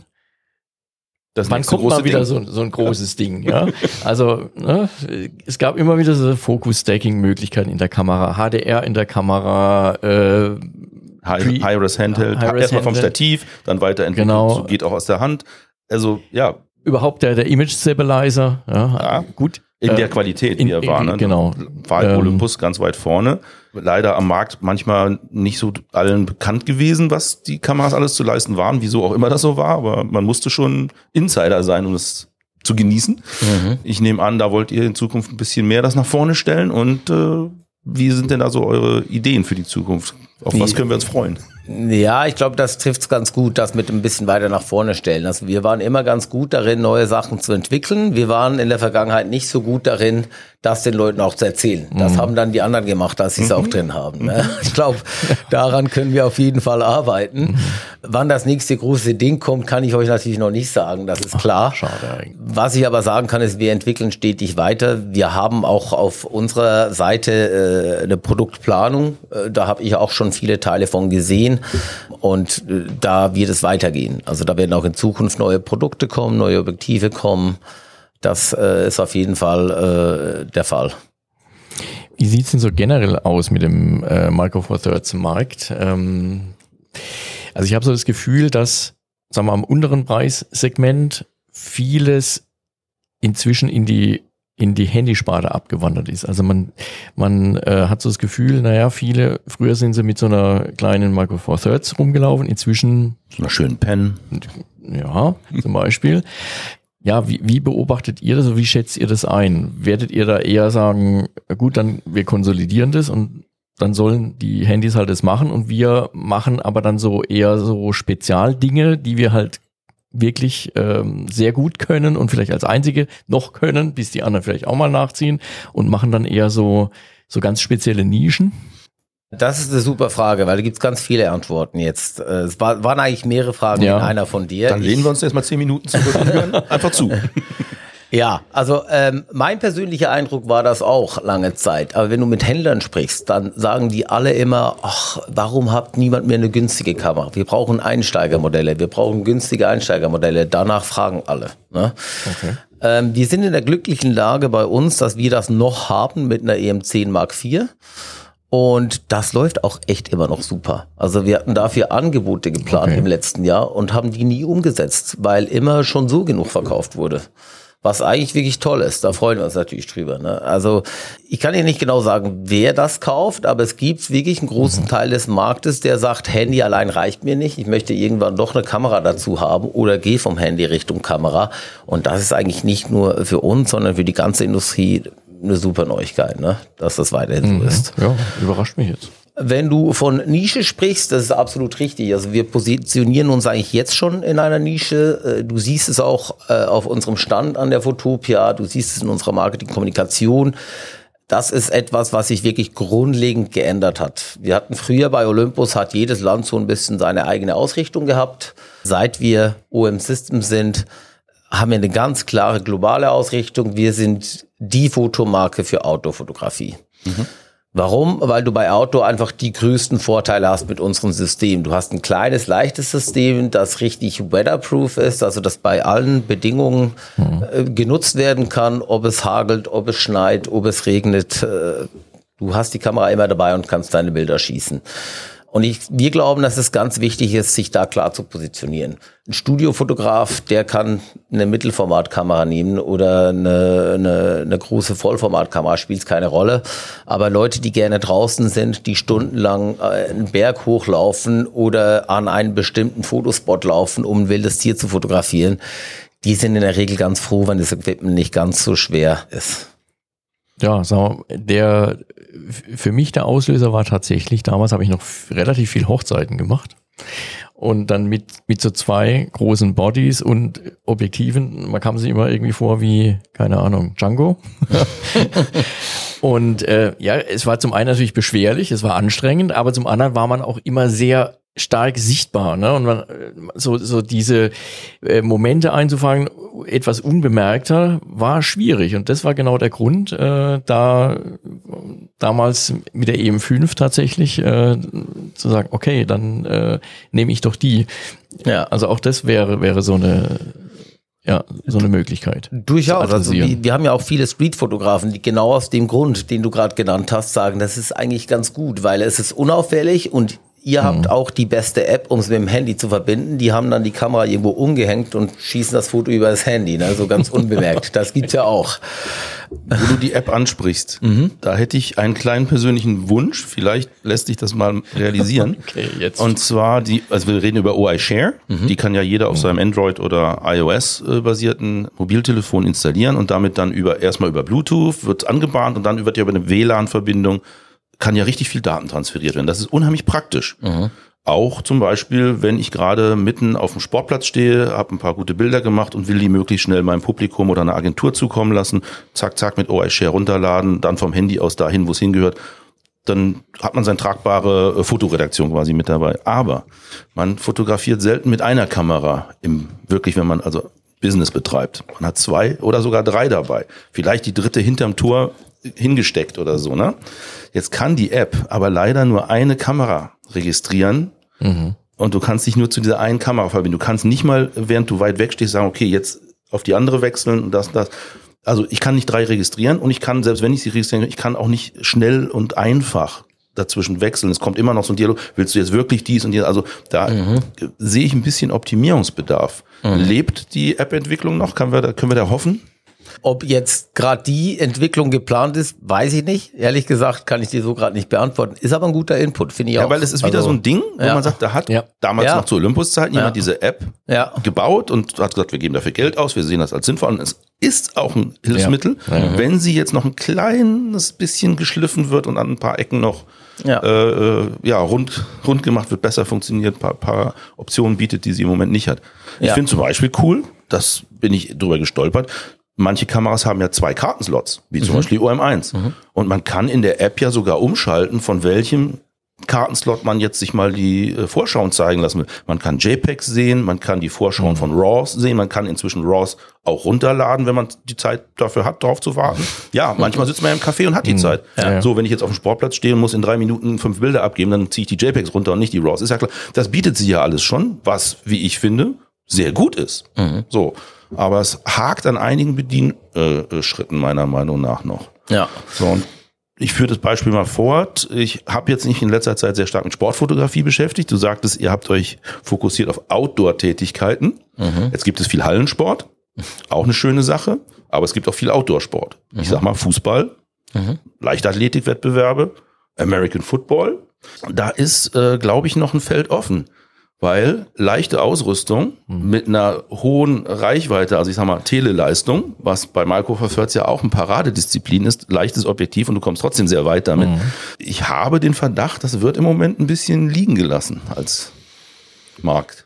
Speaker 2: Das
Speaker 1: wann kommt mal wieder so, so ein großes Ding, ja? Also, ne, es gab immer wieder so Focus-Stacking-Möglichkeiten in der Kamera, H D R in der Kamera, äh,
Speaker 2: Hi-Res Handheld,
Speaker 1: Hi-Res
Speaker 2: erstmal vom
Speaker 1: Handheld.
Speaker 2: Stativ, dann weiterentwickelt,
Speaker 1: Genau.
Speaker 2: so geht auch aus der Hand. Also, ja,
Speaker 1: überhaupt der, der Image-Stabilizer, ja,
Speaker 2: Ja.
Speaker 1: gut.
Speaker 2: in
Speaker 1: Äh,
Speaker 2: der Qualität,
Speaker 1: in-
Speaker 2: die er war.
Speaker 1: in-
Speaker 2: Ne?
Speaker 1: genau.
Speaker 2: War
Speaker 1: Ähm,
Speaker 2: Olympus ganz weit vorne. Leider am Markt manchmal nicht so allen bekannt gewesen, was die Kameras alles zu leisten waren, wieso auch immer das so war, aber man musste schon Insider sein, um es zu genießen.
Speaker 3: Mhm.
Speaker 2: Ich nehme an, da wollt ihr in Zukunft ein bisschen mehr das nach vorne stellen und äh, wie sind denn da so eure Ideen für die Zukunft? Auf was können wir uns freuen?
Speaker 3: Ja, ich glaube, das trifft's ganz gut, das mit ein bisschen weiter nach vorne stellen. Also wir waren immer ganz gut darin, neue Sachen zu entwickeln. Wir waren in der Vergangenheit nicht so gut darin, das den Leuten auch zu erzählen. Das
Speaker 1: Mhm.
Speaker 3: haben dann die anderen gemacht, dass sie es auch drin haben. Ne? Ich glaube, daran können wir auf jeden Fall arbeiten. Wann das nächste große Ding kommt, kann ich euch natürlich noch nicht sagen, das ist klar.
Speaker 1: Ach, schade eigentlich.
Speaker 3: Was ich aber sagen kann, ist, wir entwickeln stetig weiter. Wir haben auch auf unserer Seite äh, eine Produktplanung. Äh, da habe ich auch schon viele Teile von gesehen und äh, da wird es weitergehen. Also da werden auch in Zukunft neue Produkte kommen, neue Objektive kommen. Das äh, ist auf jeden Fall äh, der Fall.
Speaker 1: Wie sieht es denn so generell aus mit dem äh, Micro Four Thirds Markt? Ähm, also ich habe so das Gefühl, dass, sagen wir, am unteren Preissegment vieles inzwischen in die in die Handysparte abgewandert ist. Also man man äh, hat so das Gefühl, naja, viele, früher sind sie mit so einer kleinen Micro Four Thirds rumgelaufen, inzwischen
Speaker 2: So einer schönen Pen.
Speaker 1: Ja, zum Beispiel. Ja, wie, wie beobachtet ihr das und wie schätzt ihr das ein? Werdet ihr da eher sagen, gut, dann wir konsolidieren das und dann sollen die Handys halt das machen und wir machen aber dann so eher so Spezialdinge, die wir halt wirklich ähm, sehr gut können und vielleicht als einzige noch können, bis die anderen vielleicht auch mal nachziehen und machen dann eher so, so ganz spezielle Nischen?
Speaker 3: Das ist eine super Frage, weil da gibt es ganz viele Antworten jetzt. Es war, waren eigentlich mehrere Fragen
Speaker 1: ja.
Speaker 3: in einer von dir.
Speaker 2: Dann lehnen wir uns jetzt mal zehn Minuten zurück und hören einfach zu.
Speaker 3: Ja, also ähm, mein persönlicher Eindruck war das auch lange Zeit. Aber wenn du mit Händlern sprichst, dann sagen die alle immer, ach, warum hat niemand mehr eine günstige Kamera? Wir brauchen Einsteigermodelle, wir brauchen günstige Einsteigermodelle. Danach fragen alle. Ne?
Speaker 1: Okay.
Speaker 3: Ähm, wir sind in der glücklichen Lage bei uns, dass wir das noch haben mit einer E M zehn Mark vier. Und das läuft auch echt immer noch super. Also wir hatten dafür Angebote geplant okay. im letzten Jahr und haben die nie umgesetzt, weil immer schon so genug verkauft wurde. Was eigentlich wirklich toll ist, da freuen wir uns natürlich drüber. Ne? Also ich kann Ihnen nicht genau sagen, wer das kauft, aber es gibt wirklich einen großen Teil des Marktes, der sagt, Handy allein reicht mir nicht, ich möchte irgendwann doch eine Kamera dazu haben oder gehe vom Handy Richtung Kamera. Und das ist eigentlich nicht nur für uns, sondern für die ganze Industrie eine super Neuigkeit, ne? Dass das weiterhin so ist.
Speaker 1: Ja, überrascht mich jetzt.
Speaker 3: Wenn du von Nische sprichst, das ist absolut richtig. Also wir positionieren uns eigentlich jetzt schon in einer Nische. Du siehst es auch auf unserem Stand an der Fotopia, du siehst es in unserer Marketingkommunikation. Das ist etwas, was sich wirklich grundlegend geändert hat. Wir hatten früher bei Olympus, hat jedes Land so ein bisschen seine eigene Ausrichtung gehabt. Seit wir O M Systems sind, haben wir eine ganz klare globale Ausrichtung. Wir sind die Fotomarke für Outdoor-Fotografie. Mhm. Warum? Weil du bei Outdoor einfach die größten Vorteile hast mit unserem System. Du hast ein kleines, leichtes System, das richtig weatherproof ist, also das bei allen Bedingungen mhm. äh, genutzt werden kann, ob es hagelt, ob es schneit, ob es regnet. Äh, du hast die Kamera immer dabei und kannst deine Bilder schießen. Und ich, wir glauben, dass es ganz wichtig ist, sich da klar zu positionieren. Ein Studiofotograf, der kann eine Mittelformatkamera nehmen oder eine, eine, eine große Vollformatkamera, spielt keine Rolle. Aber Leute, die gerne draußen sind, die stundenlang einen Berg hochlaufen oder an einen bestimmten Fotospot laufen, um ein wildes Tier zu fotografieren, die sind in der Regel ganz froh, wenn das Equipment nicht ganz so schwer ist.
Speaker 1: Ja, sagen wir, der, für mich der Auslöser war tatsächlich, damals habe ich noch relativ viel Hochzeiten gemacht und dann mit, mit so zwei großen Bodies und Objektiven, man kam sich immer irgendwie vor wie, keine Ahnung, Django. Und äh, ja, es war zum einen natürlich beschwerlich, es war anstrengend, aber zum anderen war man auch immer sehr stark sichtbar, ne? Und man, so, so diese äh, Momente einzufangen, etwas unbemerkter, war schwierig. Und das war genau der Grund, äh, da damals mit der E M fünf tatsächlich äh, zu sagen, okay, dann äh, nehme ich doch die. Ja, also auch das wäre wäre so eine Ja, so eine Möglichkeit.
Speaker 3: Durchaus. Also wir, wir haben ja auch viele Streetfotografen, die genau aus dem Grund, den du gerade genannt hast, sagen, das ist eigentlich ganz gut, weil es ist unauffällig und ihr hm. habt auch die beste App, um es mit dem Handy zu verbinden. Die haben dann die Kamera irgendwo umgehängt und schießen das Foto über das Handy, ne? So ganz unbemerkt. Das gibt's ja auch.
Speaker 2: Wo du die App ansprichst, mhm. da hätte ich einen kleinen persönlichen Wunsch. Vielleicht lässt sich das mal realisieren.
Speaker 1: Okay, jetzt.
Speaker 2: Und zwar die, also wir reden über O iShare. Mhm. Die kann ja jeder auf seinem Android oder iOS-basierten Mobiltelefon installieren und damit dann über erstmal über Bluetooth wird angebahnt und dann wird ja über eine W L A N-Verbindung kann ja richtig viel Daten transferiert werden. Das ist unheimlich praktisch. Mhm. Auch zum Beispiel, wenn ich gerade mitten auf dem Sportplatz stehe, habe ein paar gute Bilder gemacht und will die möglichst schnell meinem Publikum oder einer Agentur zukommen lassen, zack, zack, mit O iShare runterladen, dann vom Handy aus dahin, wo es hingehört. dann hat man seine tragbare äh, Fotoredaktion quasi mit dabei. Aber man fotografiert selten mit einer Kamera, im wirklich, wenn man also Business betreibt. Man hat zwei oder sogar drei dabei. Vielleicht die dritte hinterm Tor hingesteckt oder so, ne? Jetzt kann die App aber leider nur eine Kamera registrieren. Mhm. Und du kannst dich nur zu dieser einen Kamera verbinden. Du kannst nicht mal, während du weit weg stehst, sagen, okay, jetzt auf die andere wechseln und das, das. Also ich kann nicht drei registrieren und ich kann, selbst wenn ich sie registrieren kann, ich kann auch nicht schnell und einfach dazwischen wechseln. Es kommt immer noch so ein Dialog, willst du jetzt wirklich dies und dies? Also da mhm. sehe ich ein bisschen Optimierungsbedarf. Mhm. Lebt die App-Entwicklung noch? Können wir da, können wir da hoffen?
Speaker 3: Ob jetzt gerade die Entwicklung geplant ist, weiß ich nicht. Ehrlich gesagt kann ich dir so gerade nicht beantworten. Ist aber ein guter Input, finde ich auch.
Speaker 2: Ja, weil es ist wieder
Speaker 3: also,
Speaker 2: so ein Ding, wo
Speaker 3: ja.
Speaker 2: man sagt, da hat
Speaker 3: ja.
Speaker 2: damals
Speaker 3: ja.
Speaker 2: noch zu Olympus-Zeiten jemand
Speaker 3: ja.
Speaker 2: diese App
Speaker 3: ja.
Speaker 2: gebaut und hat gesagt, wir geben dafür Geld aus, wir sehen das als sinnvoll. Und es ist auch ein Hilfsmittel. Ja. Ja. Wenn sie jetzt noch ein kleines bisschen geschliffen wird und an ein paar Ecken noch ja, äh, ja rund, rund gemacht wird, besser funktioniert, ein paar, paar Optionen bietet, die sie im Moment nicht hat. Ich ja. finde zum Beispiel cool, das bin ich drüber gestolpert, manche Kameras haben ja zwei Kartenslots, wie zum mhm. Beispiel die O M eins. Mhm. Und man kann in der App ja sogar umschalten, von welchem Kartenslot man jetzt sich mal die äh, Vorschauen zeigen lassen will. Man kann JPEGs sehen, man kann die Vorschauen mhm. von RAWs sehen, man kann inzwischen RAWs auch runterladen, wenn man die Zeit dafür hat, drauf zu warten. Ja, manchmal sitzt man ja im Café und hat die mhm. Zeit. Ja. So, wenn ich jetzt auf dem Sportplatz stehe und muss in drei Minuten fünf Bilder abgeben, dann ziehe ich die JPEGs runter und nicht die RAWs. Ist ja klar. Das bietet sie ja alles schon, was, wie ich finde, sehr gut ist. Mhm. So. Aber es hakt an einigen Bedienschritten meiner Meinung nach noch.
Speaker 3: Ja.
Speaker 2: So, und ich führe das Beispiel mal fort. Ich habe jetzt nicht in letzter Zeit sehr stark mit Sportfotografie beschäftigt. Du sagtest, ihr habt euch fokussiert auf Outdoor-Tätigkeiten. Mhm. Jetzt gibt es viel Hallensport, auch eine schöne Sache. Aber es gibt auch viel Outdoor-Sport. Mhm. Ich sag mal Fußball, mhm. Leichtathletikwettbewerbe, American Football. Da ist, äh, glaube ich, noch ein Feld offen. Weil leichte Ausrüstung mhm. mit einer hohen Reichweite, also ich sag mal Teleleistung, was bei Micro Four Thirds ja auch ein Paradedisziplin ist, leichtes Objektiv und du kommst trotzdem sehr weit damit. Mhm. Ich habe den Verdacht, das wird im Moment ein bisschen liegen gelassen als Markt.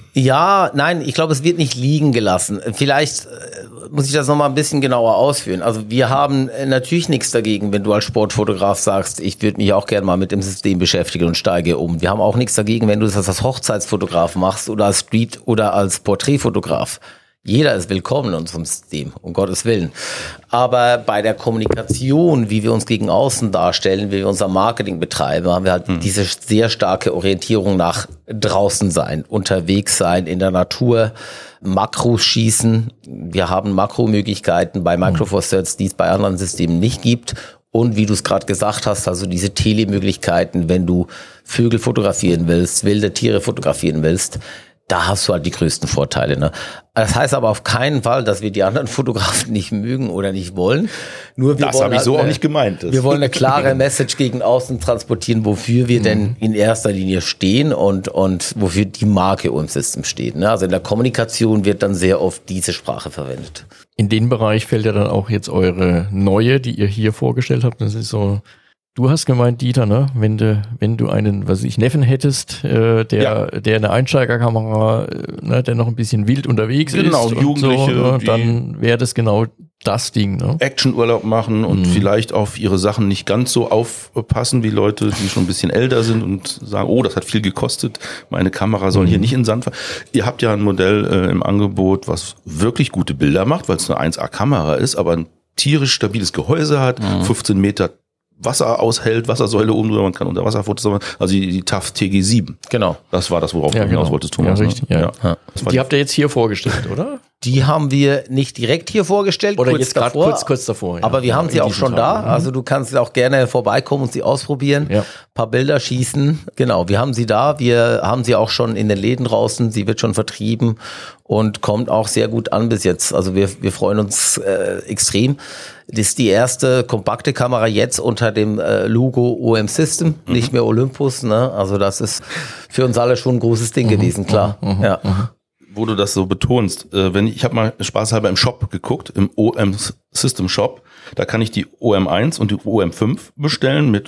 Speaker 3: Ja, nein, ich glaube, es wird nicht liegen gelassen. Vielleicht äh, muss ich das nochmal ein bisschen genauer ausführen. Also wir haben äh, natürlich nichts dagegen, wenn du als Sportfotograf sagst, ich würde mich auch gerne mal mit dem System beschäftigen und steige um. Wir haben auch nichts dagegen, wenn du das als Hochzeitsfotograf machst oder als Street- oder als Porträtfotograf. Jeder ist willkommen in unserem System, um Gottes Willen. Aber bei der Kommunikation, wie wir uns gegen außen darstellen, wie wir unser Marketing betreiben, haben wir halt mhm. diese sehr starke Orientierung nach draußen sein, unterwegs sein, in der Natur, Makros schießen. Wir haben Makromöglichkeiten bei Micro Four Thirds, die es bei anderen Systemen nicht gibt. Und wie du es gerade gesagt hast, also diese Telemöglichkeiten, wenn du Vögel fotografieren willst, wilde Tiere fotografieren willst, da hast du halt die größten Vorteile. Ne? Das heißt aber auf keinen Fall, dass wir die anderen Fotografen nicht mögen oder nicht wollen. Nur wir
Speaker 2: das habe ich
Speaker 3: halt
Speaker 2: so
Speaker 3: eine,
Speaker 2: auch nicht gemeint.
Speaker 3: Wir wollen eine klare Message gegen außen transportieren, wofür wir mhm. denn in erster Linie stehen und und wofür die Marke O M System steht. Ne? Also in der Kommunikation wird dann sehr oft diese Sprache verwendet.
Speaker 1: In den Bereich fällt ja dann auch jetzt eure neue, die ihr hier vorgestellt habt. Das ist so... Du hast gemeint, Dieter, ne? Wenn du, wenn du einen, was weiß ich, Neffen hättest, äh, der, ja. der eine Einsteigerkamera, äh, ne, der noch ein bisschen wild unterwegs
Speaker 2: genau,
Speaker 1: ist,
Speaker 2: Jugendliche,
Speaker 1: und so, ne, dann wäre das genau das Ding, ne?
Speaker 2: Actionurlaub machen und mhm. vielleicht auf ihre Sachen nicht ganz so aufpassen wie Leute, die schon ein bisschen älter sind und sagen, oh, das hat viel gekostet, meine Kamera soll mhm. hier nicht in den Sand fahren. Ihr habt ja ein Modell äh, im Angebot, was wirklich gute Bilder macht, weil es eine eins A Kamera ist, aber ein tierisch stabiles Gehäuse hat, mhm. fünfzehn Meter Wasser aushält, Wassersäule oben drüber, man kann unter Wasserfotos machen, also die, die T A F T G sieben.
Speaker 3: Genau.
Speaker 2: Das war das, worauf
Speaker 1: ja,
Speaker 2: du hinaus
Speaker 1: genau.
Speaker 2: wolltest, Thomas.
Speaker 1: Ja, richtig,
Speaker 2: ne?
Speaker 1: ja.
Speaker 2: ja.
Speaker 1: Die, die habt ihr jetzt hier vorgestellt, oder?
Speaker 3: Die haben wir nicht direkt hier vorgestellt,
Speaker 1: oder
Speaker 3: kurz
Speaker 1: jetzt gerade
Speaker 3: davor,
Speaker 1: kurz, kurz davor. Ja.
Speaker 3: Aber wir haben sie auch schon da, also du kannst auch gerne vorbeikommen und sie ausprobieren, ja. paar Bilder schießen. Genau, wir haben sie da, wir haben sie auch schon in den Läden draußen, sie wird schon vertrieben und kommt auch sehr gut an bis jetzt. Also wir, wir freuen uns äh, extrem. Das ist die erste kompakte Kamera jetzt unter dem äh, Logo O M System, mhm. nicht mehr Olympus. Ne? Also das ist für uns alle schon ein großes Ding mhm. gewesen, klar. Mhm. Ja.
Speaker 2: Mhm. Wo du das so betonst, äh, wenn ich, ich habe mal spaßhalber im Shop geguckt, im O M System Shop, da kann ich die O M eins und die O M fünf bestellen mit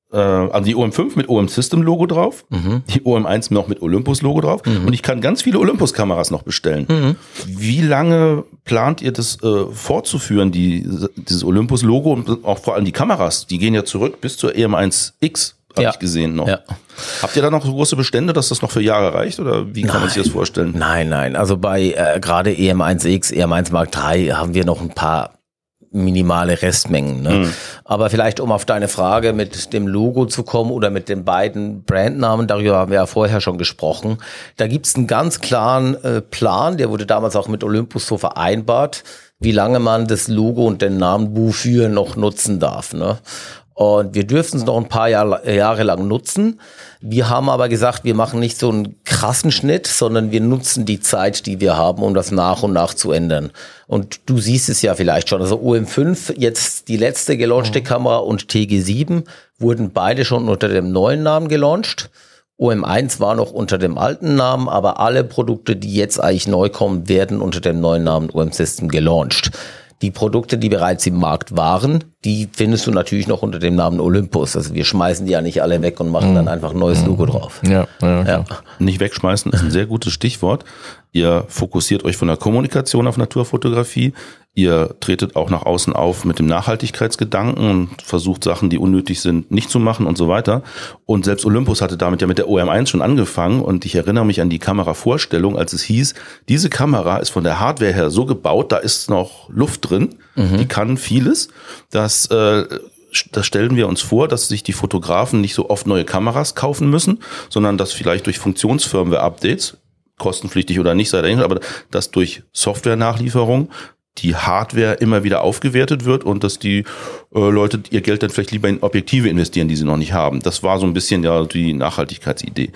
Speaker 2: also die O M fünf mit O M System Logo drauf, mhm. die O M eins noch mit Olympus Logo drauf mhm. und ich kann ganz viele Olympus-Kameras noch bestellen. Mhm. Wie lange plant ihr das äh, fortzuführen, die, dieses Olympus-Logo und auch vor allem die Kameras? Die gehen ja zurück bis zur E M eins X, habe
Speaker 3: ja.
Speaker 2: ich gesehen noch.
Speaker 3: Ja.
Speaker 2: Habt ihr da noch so große Bestände, dass das noch für Jahre reicht oder wie kann nein. man sich das vorstellen?
Speaker 3: Nein, nein, also bei äh, gerade E M eins X, E M eins Mark drei haben wir noch ein paar minimale Restmengen. Ne? Mhm. Aber vielleicht, um auf deine Frage mit dem Logo zu kommen oder mit den beiden Brandnamen, darüber haben wir ja vorher schon gesprochen. Da gibt's einen ganz klaren äh, Plan, der wurde damals auch mit Olympus so vereinbart, wie lange man das Logo und den Namen wofür noch nutzen darf. Ne? Und wir dürfen es noch ein paar Jahr, Jahre lang nutzen. Wir haben aber gesagt, wir machen nicht so einen krassen Schnitt, sondern wir nutzen die Zeit, die wir haben, um das nach und nach zu ändern. Und du siehst es ja vielleicht schon. Also O M fünf, jetzt die letzte gelaunchte mhm. Kamera und T G sieben wurden beide schon unter dem neuen Namen gelauncht. O M eins war noch unter dem alten Namen, aber alle Produkte, die jetzt eigentlich neu kommen, werden unter dem neuen Namen O M System gelauncht. Die Produkte, die bereits im Markt waren, die findest du natürlich noch unter dem Namen Olympus. Also wir schmeißen die ja nicht alle weg und machen dann einfach ein neues Logo drauf.
Speaker 1: Ja, ja, ja.
Speaker 2: Nicht wegschmeißen ist ein sehr gutes Stichwort. Ihr fokussiert euch von der Kommunikation auf Naturfotografie. Ihr tretet auch nach außen auf mit dem Nachhaltigkeitsgedanken und versucht Sachen, die unnötig sind, nicht zu machen und so weiter. Und selbst Olympus hatte damit ja mit der O M eins schon angefangen. Und ich erinnere mich an die Kameravorstellung, als es hieß, diese Kamera ist von der Hardware her so gebaut, da ist noch Luft drin, mhm. die kann vieles. Das, äh, das stellen wir uns vor, dass sich die Fotografen nicht so oft neue Kameras kaufen müssen, sondern dass vielleicht durch Funktionsfirmware-Updates, kostenpflichtig oder nicht, sei dahingestellt, aber dass durch Software-Nachlieferung die Hardware immer wieder aufgewertet wird und dass die äh, Leute ihr Geld dann vielleicht lieber in Objektive investieren, die sie noch nicht haben. Das war so ein bisschen ja die Nachhaltigkeitsidee.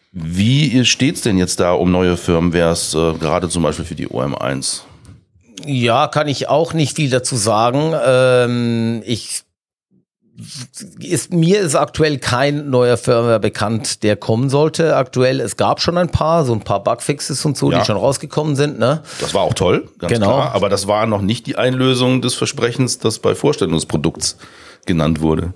Speaker 2: Wie steht's denn jetzt da um neue Firmwares, äh, gerade zum Beispiel für die O M eins?
Speaker 3: Ja, kann ich auch nicht viel dazu sagen. Ähm, ich Ist, mir ist aktuell kein neuer Firmware bekannt, der kommen sollte. Aktuell, es gab schon ein paar, so ein paar Bugfixes und so, ja. die schon rausgekommen sind. Ne?
Speaker 2: Das war auch toll, ganz genau. klar. Aber das war noch nicht die Einlösung des Versprechens, das bei Vorstellung des Produkts genannt wurde.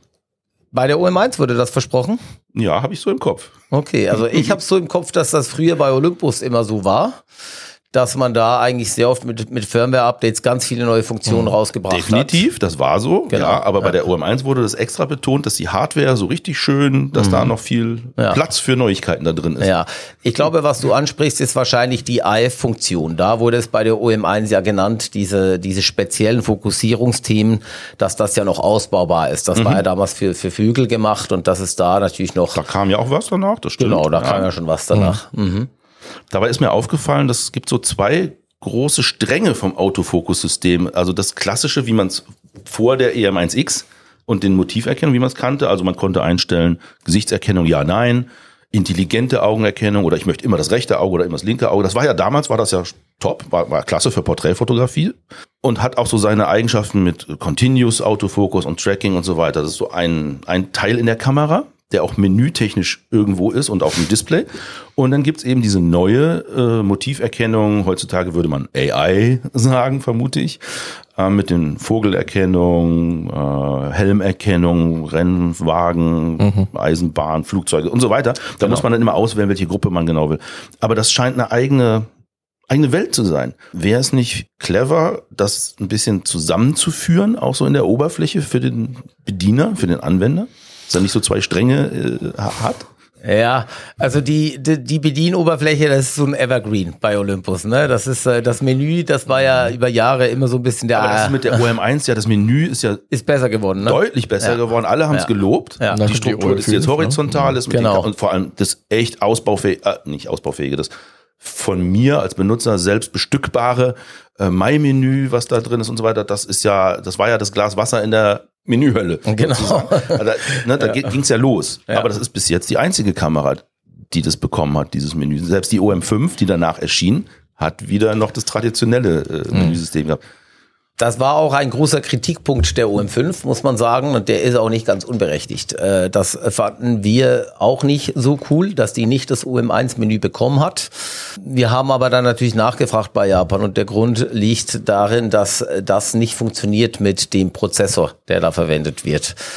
Speaker 3: Bei der O M eins wurde das versprochen?
Speaker 2: Ja, habe ich so im Kopf.
Speaker 3: Okay, also ich habe so im Kopf, dass das früher bei Olympus immer so war, dass man da eigentlich sehr oft mit, mit Firmware-Updates ganz viele neue Funktionen mhm. rausgebracht
Speaker 2: Definitiv, hat. Definitiv, das war so. Genau. Ja, aber ja. bei der O M eins wurde das extra betont, dass die Hardware so richtig schön, dass mhm. da noch viel ja. Platz für Neuigkeiten da drin ist.
Speaker 3: Ja, ich glaube, was du ansprichst, ist wahrscheinlich die I F-Funktion. Da wurde es bei der O M eins ja genannt, diese, diese speziellen Fokussierungsthemen, dass das ja noch ausbaubar ist. Das mhm. war ja damals für, für Vögel gemacht und das ist da natürlich noch...
Speaker 2: Da kam ja auch was danach, das stimmt.
Speaker 3: Genau, da ja. kam ja schon was danach. Mhm. Mhm.
Speaker 2: Dabei ist mir aufgefallen, dass es gibt so zwei große Stränge vom Autofokus-System. Also das Klassische, wie man es vor der E M eins X und den Motiverkennung, wie man es kannte. Also man konnte einstellen, Gesichtserkennung, ja, nein, intelligente Augenerkennung oder ich möchte immer das rechte Auge oder immer das linke Auge. Das war ja damals, war das ja top, war, war klasse für Porträtfotografie und hat auch so seine Eigenschaften mit Continuous Autofokus und Tracking und so weiter. Das ist so ein, ein Teil in der Kamera, der auch menütechnisch irgendwo ist und auf dem Display. Und dann gibt's eben diese neue äh, Motiverkennung, heutzutage würde man A I sagen, vermute ich, äh, mit den Vogelerkennung, äh, Helmerkennung, Rennwagen, mhm. Eisenbahn, Flugzeuge und so weiter. Da genau. muss man dann immer auswählen, welche Gruppe man genau will. Aber das scheint eine eigene eigene Welt zu sein. Wäre es nicht clever, das ein bisschen zusammenzuführen, auch so in der Oberfläche für den Bediener, für den Anwender? Dass er nicht so zwei Stränge äh, hat?
Speaker 3: Ja, also die, die die Bedienoberfläche, das ist so ein Evergreen bei Olympus, ne? Das ist äh, das Menü, das war ja über Jahre immer so ein bisschen der.
Speaker 2: Aber das ist mit der O M eins ja, das Menü ist ja
Speaker 3: ist besser geworden, ne?
Speaker 2: Deutlich besser ja. geworden. Alle haben es ja. gelobt. Ja. Die Struktur ist jetzt horizontal, ist mit
Speaker 3: genau.
Speaker 2: den, und vor allem das echt ausbaufähige, äh, nicht ausbaufähige, das von mir als Benutzer selbst bestückbare äh, My-Menü, was da drin ist und so weiter. Das ist ja, das war ja das Glas Wasser in der Menühölle.
Speaker 3: Genau.
Speaker 2: Also, ne, da ja. ging es ja los. Ja. Aber das ist bis jetzt die einzige Kamera, die das bekommen hat, dieses Menü. Selbst die O M fünf, die danach erschien, hat wieder noch das traditionelle äh, Menüsystem gehabt.
Speaker 3: Das war auch ein großer Kritikpunkt der O M fünf, muss man sagen, und der ist auch nicht ganz unberechtigt. Das fanden wir auch nicht so cool, dass die nicht das O M eins Menü bekommen hat. Wir haben aber dann natürlich nachgefragt bei Japan und der Grund liegt darin, dass das nicht funktioniert mit dem Prozessor, der da verwendet wird.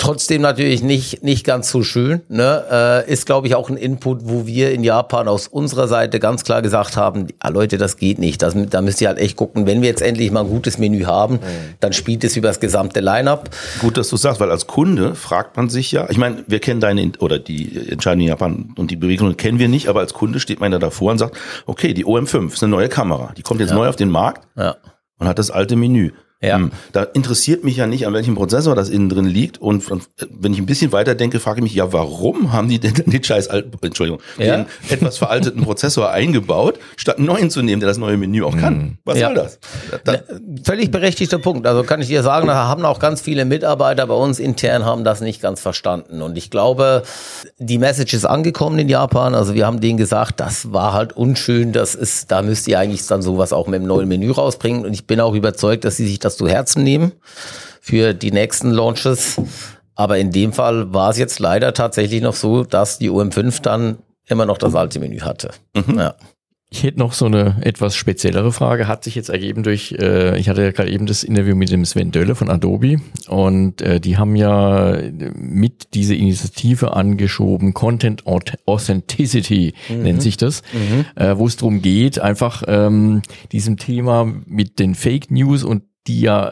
Speaker 3: trotzdem natürlich nicht nicht ganz so schön. Ne? Äh, ist, glaube ich, auch ein Input, wo wir in Japan aus unserer Seite ganz klar gesagt haben, ah, Leute, das geht nicht. Das, da müsst ihr halt echt gucken, wenn wir jetzt endlich mal ein gutes Menü haben, mhm. dann spielt es über das gesamte Line-Up.
Speaker 2: Gut, dass du sagst, weil als Kunde fragt man sich ja, ich meine, wir kennen deine, oder die Entscheidung in Japan und die Bewegungen kennen wir nicht, aber als Kunde steht man da davor und sagt, okay, die O M fünf ist eine neue Kamera, die kommt jetzt ja. neu auf den Markt ja. und hat das alte Menü. Ja. Da interessiert mich ja nicht, an welchem Prozessor das innen drin liegt. Und wenn ich ein bisschen weiter denke, frage ich mich, ja, warum haben die denn den scheiß alten, Entschuldigung, ja. den etwas veralteten Prozessor eingebaut, statt einen neuen zu nehmen, der das neue Menü auch kann? Was ja. soll das?
Speaker 3: das? Völlig berechtigter Punkt. Also kann ich dir sagen, da haben auch ganz viele Mitarbeiter bei uns intern haben das nicht ganz verstanden. Und ich glaube, die Message ist angekommen in Japan. Also wir haben denen gesagt, das war halt unschön. Das ist, da müsst ihr eigentlich dann sowas auch mit dem neuen Menü rausbringen. Und ich bin auch überzeugt, dass sie sich das zu Herzen nehmen für die nächsten Launches. Aber in dem Fall war es jetzt leider tatsächlich noch so, dass die O M fünf dann immer noch das alte Menü hatte. Mhm. Ja.
Speaker 1: Ich hätte noch so eine etwas speziellere Frage, hat sich jetzt ergeben durch, äh, ich hatte ja gerade eben das Interview mit dem Sven Dölle von Adobe und äh, die haben ja mit diese Initiative angeschoben, Content Authenticity mhm. nennt sich das, mhm. äh, wo es darum geht, einfach ähm, diesem Thema mit den Fake News und die ja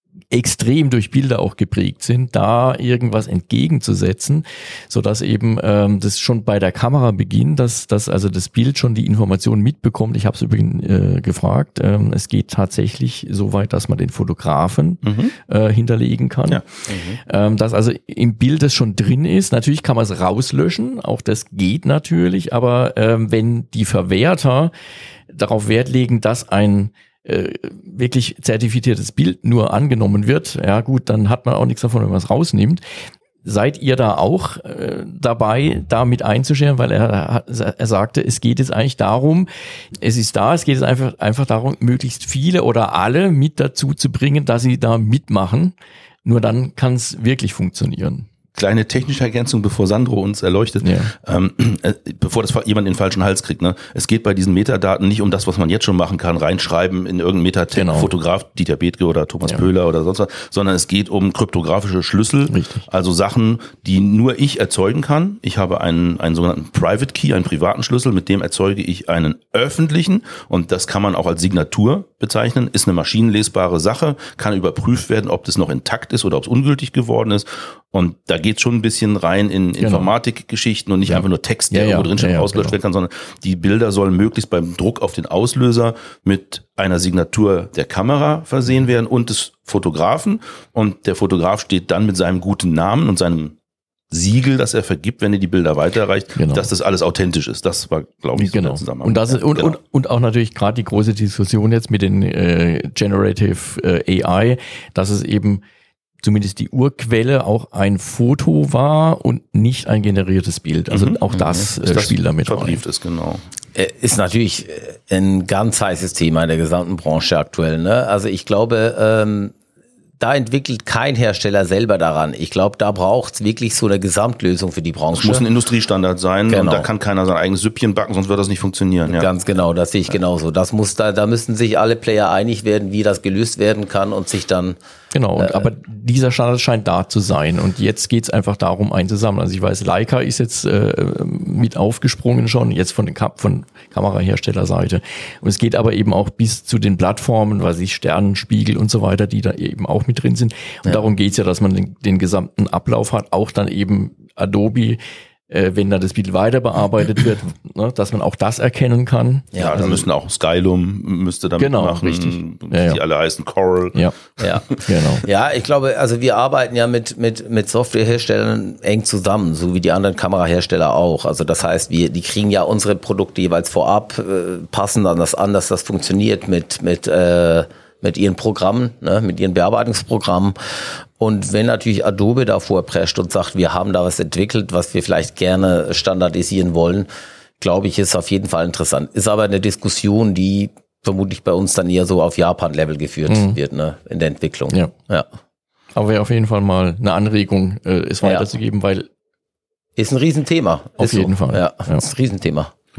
Speaker 1: extrem durch Bilder auch geprägt sind, da irgendwas entgegenzusetzen, so dass eben ähm, das schon bei der Kamera beginnt, dass, dass also das Bild schon die Informationen mitbekommt. Ich habe es übrigens äh, gefragt. Ähm, es geht tatsächlich so weit, dass man den Fotografen mhm. äh, hinterlegen kann. Ja. Mhm. Ähm, dass also im Bild das schon drin ist. Natürlich kann man es rauslöschen, auch das geht natürlich, aber ähm, wenn die Verwerter darauf Wert legen, dass ein wirklich zertifiziertes Bild nur angenommen wird, ja gut, dann hat man auch nichts davon, wenn man es rausnimmt. Seid ihr da auch äh, dabei, da mit einzuscheren? Weil er, er sagte, es geht jetzt eigentlich darum, es ist da, es geht jetzt einfach, einfach darum, möglichst viele oder alle mit dazu zu bringen, dass sie da mitmachen. Nur dann kann es wirklich funktionieren.
Speaker 2: Kleine technische Ergänzung, bevor Sandro uns erleuchtet, ja. ähm, äh, bevor das jemand den falschen Hals kriegt. Ne? Es geht bei diesen Metadaten nicht um das, was man jetzt schon machen kann, reinschreiben in irgendein Metatag, genau. Fotograf Dieter Bethke oder Thomas ja. Pöhler oder sonst was, sondern es geht um kryptografische Schlüssel, Richtig. Also Sachen, die nur ich erzeugen kann. Ich habe einen, einen sogenannten Private Key, einen privaten Schlüssel, mit dem erzeuge ich einen öffentlichen und das kann man auch als Signatur bezeichnen, ist eine maschinenlesbare Sache, kann überprüft werden, ob das noch intakt ist oder ob es ungültig geworden ist. Und da geht schon ein bisschen rein in genau. Informatikgeschichten und nicht ja. einfach nur Text, der ja, irgendwo ja. drin steht, ja, ja, ausgelöscht genau. werden kann, sondern die Bilder sollen möglichst beim Druck auf den Auslöser mit einer Signatur der Kamera versehen werden und des Fotografen. Und der Fotograf steht dann mit seinem guten Namen und seinem Siegel, das er vergibt, wenn er die Bilder weiterreicht, genau. dass das alles authentisch ist. Das war, glaube ich, so
Speaker 1: genau.
Speaker 2: der Zusammenhang.
Speaker 1: Und, das ist, und, genau. und, und auch natürlich gerade die große Diskussion jetzt mit den äh, Generative äh, A I, dass es eben zumindest die Urquelle auch ein Foto war und nicht ein generiertes Bild. Also mhm. auch das, äh, das spielt damit rein.
Speaker 2: Ist, genau.
Speaker 3: Ist natürlich ein ganz heißes Thema in der gesamten Branche aktuell. Ne? Also ich glaube, ähm, da entwickelt kein Hersteller selber daran. Ich glaube, da braucht es wirklich so eine Gesamtlösung für die Branche.
Speaker 2: Es muss ein Industriestandard sein genau. und da kann keiner sein eigenes Süppchen backen, sonst wird das nicht funktionieren. Ja.
Speaker 3: Ganz genau, das sehe ich genauso. Das muss da, da müssen sich alle Player einig werden, wie das gelöst werden kann und sich dann
Speaker 1: Genau, und, äh, aber dieser Standard scheint da zu sein und jetzt geht's einfach darum einzusammeln. Also ich weiß, Leica ist jetzt äh, mit aufgesprungen schon, jetzt von den Kam- von Kameraherstellerseite. Und es geht aber eben auch bis zu den Plattformen, weiß ich, Sternenspiegel und so weiter, die da eben auch mit drin sind. Und ja. darum geht's ja, dass man den, den gesamten Ablauf hat, auch dann eben Adobe, äh, wenn dann das Bild weiter bearbeitet wird, ne, dass man auch das erkennen kann.
Speaker 2: Ja, ja, also, da müssen auch Skylum müsste damit
Speaker 3: genau,
Speaker 2: machen.
Speaker 3: Richtig.
Speaker 2: Die ja, ja. alle heißen Coral.
Speaker 1: Ja,
Speaker 3: ja, genau. Ja, ich glaube, also wir arbeiten ja mit mit mit Softwareherstellern eng zusammen, so wie die anderen Kamerahersteller auch. Also das heißt, wir die kriegen ja unsere Produkte jeweils vorab, äh, passen dann das an, dass das funktioniert mit mit äh, mit ihren Programmen, ne, mit ihren Bearbeitungsprogrammen. Und wenn natürlich Adobe davor prescht und sagt, wir haben da was entwickelt, was wir vielleicht gerne standardisieren wollen, glaube ich, ist auf jeden Fall interessant. Ist aber eine Diskussion, die vermutlich bei uns dann eher so auf Japan-Level geführt mhm. wird, ne, in der Entwicklung.
Speaker 1: Ja. ja. Aber wäre auf jeden Fall mal eine Anregung, äh, es weiterzugeben, ja. weil
Speaker 3: ist ein Riesenthema.
Speaker 1: Auf
Speaker 3: ist
Speaker 1: jeden
Speaker 3: so.
Speaker 1: Fall.
Speaker 3: Ja, ja, ist ein Riesenthema.
Speaker 1: Mhm.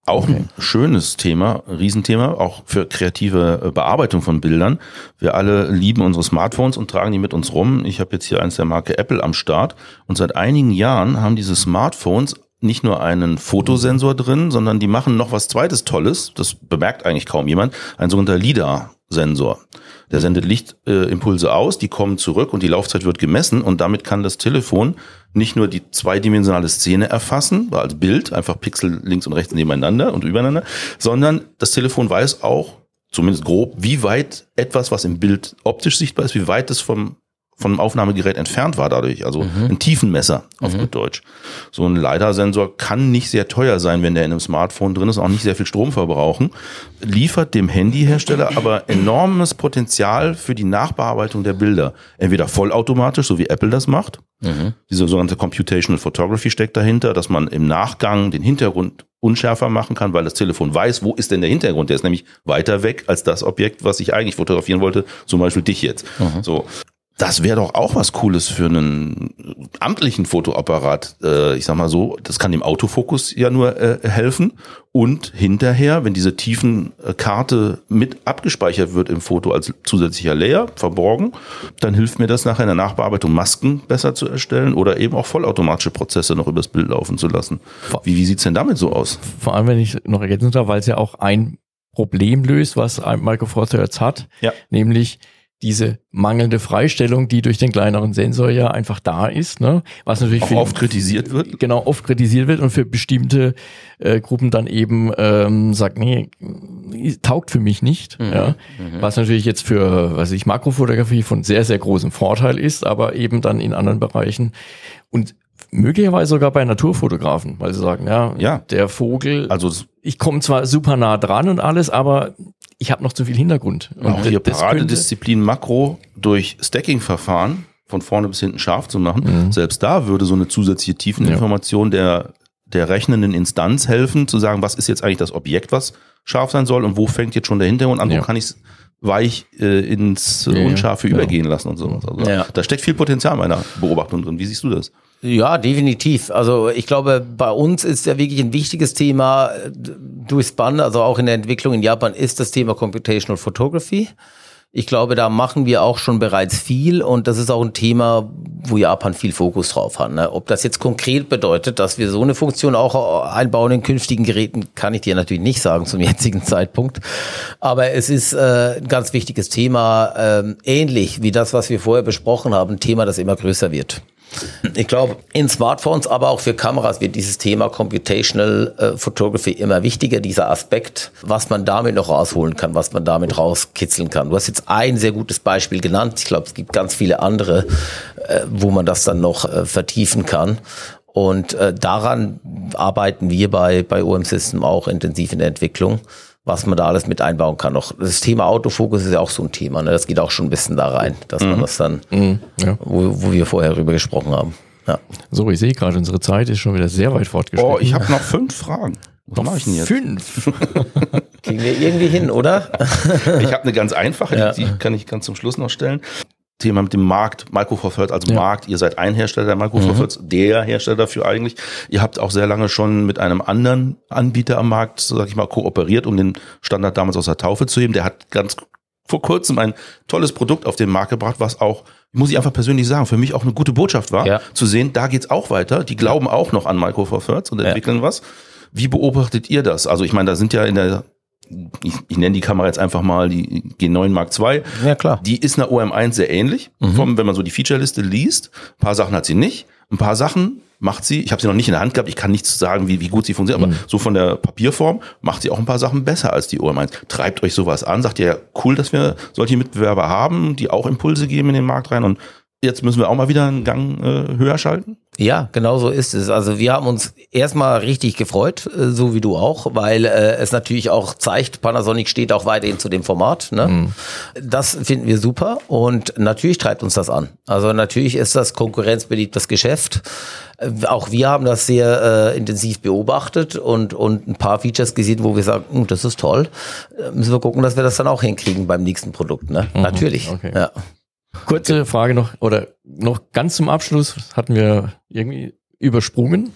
Speaker 2: Auch okay. Ein schönes Thema, ein Riesenthema, auch für kreative Bearbeitung von Bildern. Wir alle lieben unsere Smartphones und tragen die mit uns rum. Ich habe jetzt hier eins der Marke Apple am Start und seit einigen Jahren haben diese Smartphones nicht nur einen Fotosensor drin, sondern die machen noch was zweites Tolles, das bemerkt eigentlich kaum jemand, ein sogenannter LiDAR-Sensor. Der sendet Lichtimpulse äh, aus, die kommen zurück und die Laufzeit wird gemessen und damit kann das Telefon nicht nur die zweidimensionale Szene erfassen, als Bild, einfach Pixel links und rechts nebeneinander und übereinander, sondern das Telefon weiß auch, zumindest grob, wie weit etwas, was im Bild optisch sichtbar ist, wie weit es vom vom Aufnahmegerät entfernt war dadurch, also mhm. ein Tiefenmesser auf mhm. gut Deutsch. So ein LiDAR-Sensor kann nicht sehr teuer sein, wenn der in einem Smartphone drin ist, auch nicht sehr viel Strom verbrauchen, liefert dem Handyhersteller aber enormes Potenzial für die Nachbearbeitung der Bilder. Entweder vollautomatisch, so wie Apple das macht, mhm. diese sogenannte Computational Photography steckt dahinter, dass man im Nachgang den Hintergrund unschärfer machen kann, weil das Telefon weiß, wo ist denn der Hintergrund? Der ist nämlich weiter weg als das Objekt, was ich eigentlich fotografieren wollte, zum Beispiel dich jetzt. Mhm. So. Das wäre doch auch was Cooles für einen amtlichen Fotoapparat. Äh, ich sag mal so, das kann dem Autofokus ja nur äh, helfen. Und hinterher, wenn diese Tiefenkarte mit abgespeichert wird im Foto als zusätzlicher Layer, verborgen, dann hilft mir das nachher in der Nachbearbeitung, Masken besser zu erstellen oder eben auch vollautomatische Prozesse noch übers Bild laufen zu lassen. Wie, wie sieht's denn damit so aus?
Speaker 1: Vor allem, wenn ich noch ergänzen darf, weil es ja auch ein Problem löst, was Micro Four Thirds hat, ja. nämlich diese mangelnde Freistellung, die durch den kleineren Sensor ja einfach da ist, ne? Was natürlich
Speaker 2: auch
Speaker 1: für,
Speaker 2: oft kritisiert wird.
Speaker 1: Genau, oft kritisiert wird und für bestimmte äh, Gruppen dann eben ähm, sagt, nee, taugt für mich nicht. Mhm. Ja? Mhm. Was natürlich jetzt für, was weiß ich, Makrofotografie von sehr, sehr großem Vorteil ist, aber eben dann in anderen Bereichen und möglicherweise sogar bei Naturfotografen, weil sie sagen, ja, ja. der Vogel, also ich komme zwar super nah dran und alles, aber ich habe noch zu viel Hintergrund. Und
Speaker 2: auch die Paradedisziplin Makro durch Stacking-Verfahren von vorne bis hinten scharf zu machen. Mhm. Selbst da würde so eine zusätzliche Tiefeninformation ja. der, der rechnenden Instanz helfen, zu sagen, was ist jetzt eigentlich das Objekt, was scharf sein soll und wo fängt jetzt schon der Hintergrund an, ja. wo kann ich es weich äh, ins äh, Unscharfe ja, übergehen ja. lassen und sowas. Also ja. Da steckt viel Potenzial meiner Beobachtung drin. Wie siehst du das?
Speaker 3: Ja, definitiv. Also ich glaube, bei uns ist ja wirklich ein wichtiges Thema durchs Band, also auch in der Entwicklung in Japan, ist das Thema Computational Photography. Ich glaube, da machen wir auch schon bereits viel und das ist auch ein Thema, wo Japan viel Fokus drauf hat. Ne? Ob das jetzt konkret bedeutet, dass wir so eine Funktion auch einbauen in künftigen Geräten, kann ich dir natürlich nicht sagen zum jetzigen Zeitpunkt. Aber es ist äh, ein ganz wichtiges Thema, äh, ähnlich wie das, was wir vorher besprochen haben, ein Thema, das immer größer wird. Ich glaube, in Smartphones, aber auch für Kameras wird dieses Thema Computational äh, Photography immer wichtiger, dieser Aspekt, was man damit noch rausholen kann, was man damit rauskitzeln kann. Du hast jetzt ein sehr gutes Beispiel genannt. Ich glaube, es gibt ganz viele andere, äh, wo man das dann noch äh, vertiefen kann. Und äh, daran arbeiten wir bei, bei O M System auch intensiv in der Entwicklung, was man da alles mit einbauen kann. Noch das Thema Autofokus ist ja auch so ein Thema, ne? Das geht auch schon ein bisschen da rein, dass mhm. man das dann, mhm, ja. wo, wo wir vorher drüber gesprochen haben. Ja.
Speaker 1: So, ich sehe gerade, unsere Zeit ist schon wieder sehr weit fortgeschritten.
Speaker 2: Oh, ich habe noch fünf Fragen. Was
Speaker 1: noch mache ich denn jetzt? Fünf?
Speaker 3: Kriegen wir irgendwie hin, oder?
Speaker 2: Ich habe eine ganz einfache, ja. die kann ich ganz zum Schluss noch stellen. Thema mit dem Markt, Micro Four Thirds als ja. Markt, ihr seid ein Hersteller der Micro Four Thirds, mhm. der Hersteller dafür eigentlich. Ihr habt auch sehr lange schon mit einem anderen Anbieter am Markt, sag ich mal, kooperiert, um den Standard damals aus der Taufe zu heben. Der hat ganz vor kurzem ein tolles Produkt auf den Markt gebracht, was auch, muss ich einfach persönlich sagen, für mich auch eine gute Botschaft war, ja. zu sehen, da geht's auch weiter. Die glauben auch noch an Micro Four Thirds und entwickeln ja. was. Wie beobachtet ihr das? Also ich meine, da sind ja in der Ich, ich nenne die Kamera jetzt einfach mal die G neun Mark zwei.
Speaker 3: Ja, klar.
Speaker 2: Die ist einer O M eins sehr ähnlich. Mhm. Vom, wenn man so die Featureliste liest. Ein paar Sachen hat sie nicht. Ein paar Sachen macht sie, ich habe sie noch nicht in der Hand gehabt, ich kann nichts sagen, wie, wie gut sie funktioniert, mhm. aber so von der Papierform macht sie auch ein paar Sachen besser als die O M eins. Treibt euch sowas an, sagt ihr, ja, cool, dass wir solche Mitbewerber haben, die auch Impulse geben in den Markt rein und jetzt müssen wir auch mal wieder einen Gang äh, höher schalten?
Speaker 3: Ja, genau so ist es. Also wir haben uns erstmal richtig gefreut, äh, so wie du auch, weil äh, es natürlich auch zeigt, Panasonic steht auch weiterhin zu dem Format. Ne? Mhm. Das finden wir super und natürlich treibt uns das an. Also natürlich ist das konkurrenzbeliebtes Geschäft. Äh, auch wir haben das sehr äh, intensiv beobachtet und und ein paar Features gesehen, wo wir sagen, hm, das ist toll. Äh, müssen wir gucken, dass wir das dann auch hinkriegen beim nächsten Produkt. Ne? Mhm. Natürlich.
Speaker 1: Okay.
Speaker 3: Ja.
Speaker 1: Kurze Frage noch, oder noch ganz zum Abschluss, hatten wir irgendwie übersprungen.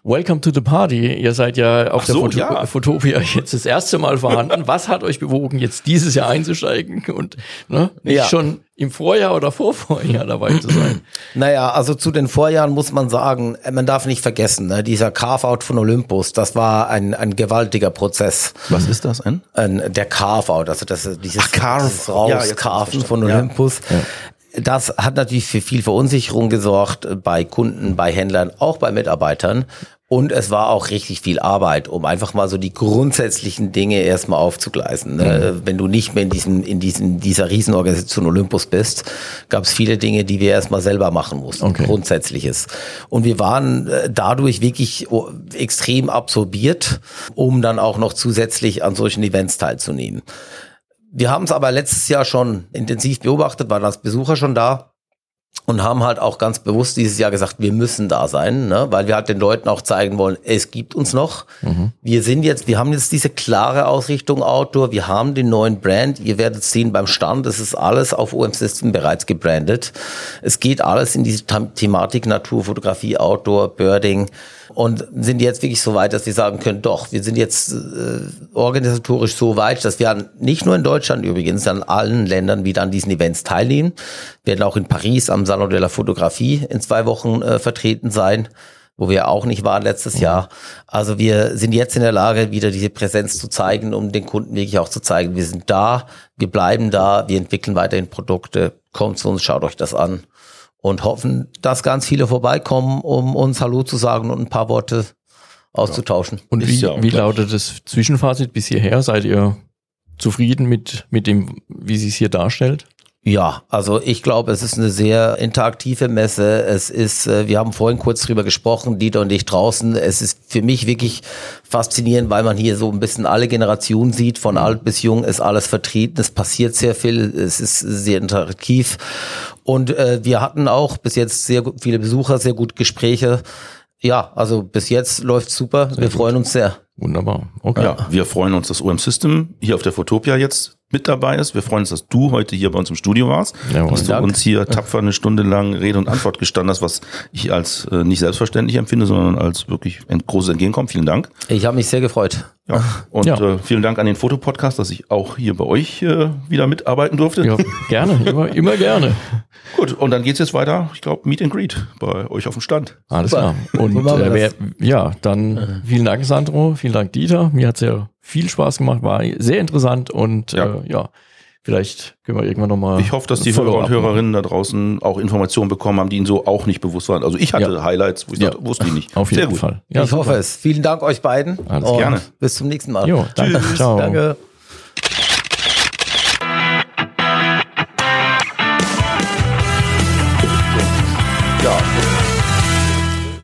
Speaker 1: welcome to the party. Ihr seid ja auf
Speaker 2: Ach
Speaker 1: der
Speaker 2: so,
Speaker 1: Foto-
Speaker 2: ja.
Speaker 1: Fotopia jetzt das erste Mal vorhanden. Was hat euch bewogen, jetzt dieses Jahr einzusteigen und ne, nicht
Speaker 3: Ja.
Speaker 1: schon im Vorjahr oder Vorvorjahr dabei zu sein?
Speaker 3: Naja, also zu den Vorjahren muss man sagen, man darf nicht vergessen, ne, dieser Carve-out von Olympus, das war ein, ein gewaltiger Prozess.
Speaker 2: Was ist das, ein?
Speaker 3: Ein, der Carve-out, also das, dieses,
Speaker 2: Ach, Carve.
Speaker 3: dieses
Speaker 2: Ja, jetzt hab ich's
Speaker 3: Rauscarven
Speaker 2: verstanden.
Speaker 3: von
Speaker 2: Ja.
Speaker 3: Olympus. Das hat natürlich für viel Verunsicherung gesorgt bei Kunden, bei Händlern, auch bei Mitarbeitern. Und es war auch richtig viel Arbeit, um einfach mal so die grundsätzlichen Dinge erstmal aufzugleisen. Ne? Wenn du nicht mehr in diesem, in diesem, dieser Riesenorganisation Olympus bist, gab es viele Dinge, die wir erstmal selber machen mussten.
Speaker 1: Okay.
Speaker 3: Grundsätzliches. Und wir waren äh, dadurch wirklich oh, extrem absorbiert, um dann auch noch zusätzlich an solchen Events teilzunehmen. Wir haben es aber letztes Jahr schon intensiv beobachtet, waren als Besucher schon da. Und haben halt auch ganz bewusst dieses Jahr gesagt, wir müssen da sein, ne? Weil wir halt den Leuten auch zeigen wollen, es gibt uns noch. Mhm. Wir sind jetzt, wir haben jetzt diese klare Ausrichtung Outdoor, wir haben den neuen Brand, ihr werdet sehen beim Stand, es ist alles auf O M System bereits gebrandet. Es geht alles in diese Thematik Naturfotografie, Outdoor, Birding und sind jetzt wirklich so weit, dass wir sagen können, doch, wir sind jetzt äh, organisatorisch so weit, dass wir nicht nur in Deutschland übrigens, an allen Ländern wieder an diesen Events teilnehmen. Wir werden auch in Paris am Salon de la Photographie in zwei Wochen äh, vertreten sein, wo wir auch nicht waren letztes Jahr. Also wir sind jetzt in der Lage, wieder diese Präsenz zu zeigen, um den Kunden wirklich auch zu zeigen, wir sind da, wir bleiben da, wir entwickeln weiterhin Produkte, kommt zu uns, schaut euch das an und hoffen, dass ganz viele vorbeikommen, um uns Hallo zu sagen und ein paar Worte auszutauschen.
Speaker 1: Und
Speaker 2: Ist
Speaker 1: wie,
Speaker 2: ja auch
Speaker 1: wie
Speaker 2: klar.
Speaker 1: lautet das Zwischenfazit bis hierher? Seid ihr zufrieden mit, mit dem, wie sie es hier darstellt?
Speaker 3: Ja, also ich glaube, es ist eine sehr interaktive Messe. Es ist, äh, wir haben vorhin kurz drüber gesprochen, Dieter und ich draußen. Es ist für mich wirklich faszinierend, weil man hier so ein bisschen alle Generationen sieht, von alt bis jung ist alles vertreten. Es passiert sehr viel, es ist sehr interaktiv. Und äh, wir hatten auch bis jetzt sehr gut, viele Besucher, sehr gute Gespräche. Ja, also bis jetzt läuft super.
Speaker 1: Sehr
Speaker 3: wir
Speaker 1: gut.
Speaker 3: freuen uns sehr.
Speaker 1: Wunderbar. Okay.
Speaker 2: Ja, wir freuen uns, dass O M System hier auf der Fotopia jetzt mit dabei ist. Wir freuen uns, dass du heute hier bei uns im Studio warst.
Speaker 1: Jawohl.
Speaker 2: Dass du
Speaker 3: Dank.
Speaker 2: uns hier tapfer eine Stunde lang Rede und Antwort gestanden hast, was ich als äh, nicht selbstverständlich empfinde, sondern als wirklich ein großes Entgegenkommen. Vielen Dank.
Speaker 3: Ich habe mich sehr gefreut.
Speaker 2: Ja. Und
Speaker 1: Ja.
Speaker 2: Äh, vielen Dank an den Fotopodcast, dass ich auch hier bei euch äh, wieder mitarbeiten durfte.
Speaker 1: Ja, gerne, immer, immer gerne.
Speaker 2: Gut, und dann geht's jetzt weiter, ich glaube, Meet and Greet bei euch auf dem Stand.
Speaker 1: Alles
Speaker 3: Super.
Speaker 1: klar. Und
Speaker 3: So machen wir
Speaker 1: äh, wer,
Speaker 3: das.
Speaker 1: ja, dann vielen Dank, Sandro. Vielen Dank, Dieter. Mir hat sehr viel Spaß gemacht, war sehr interessant und
Speaker 2: Ja.
Speaker 1: Äh, ja, vielleicht können wir irgendwann nochmal.
Speaker 2: Ich hoffe, dass die Hörer und Hörerinnen da draußen auch Informationen bekommen haben, die ihnen so auch nicht bewusst waren. Also ich hatte
Speaker 1: Ja.
Speaker 2: Highlights, wo ich
Speaker 1: Ja.
Speaker 2: dachte, wusste ich nicht.
Speaker 1: Auf
Speaker 2: Sehr
Speaker 1: jeden
Speaker 2: gut.
Speaker 1: Fall. Ja,
Speaker 3: ich hoffe es. Vielen Dank euch beiden.
Speaker 1: Alles
Speaker 3: und
Speaker 2: gerne.
Speaker 3: bis zum nächsten Mal.
Speaker 1: Jo, danke.
Speaker 3: Tschüss.
Speaker 1: Ciao.
Speaker 3: Danke.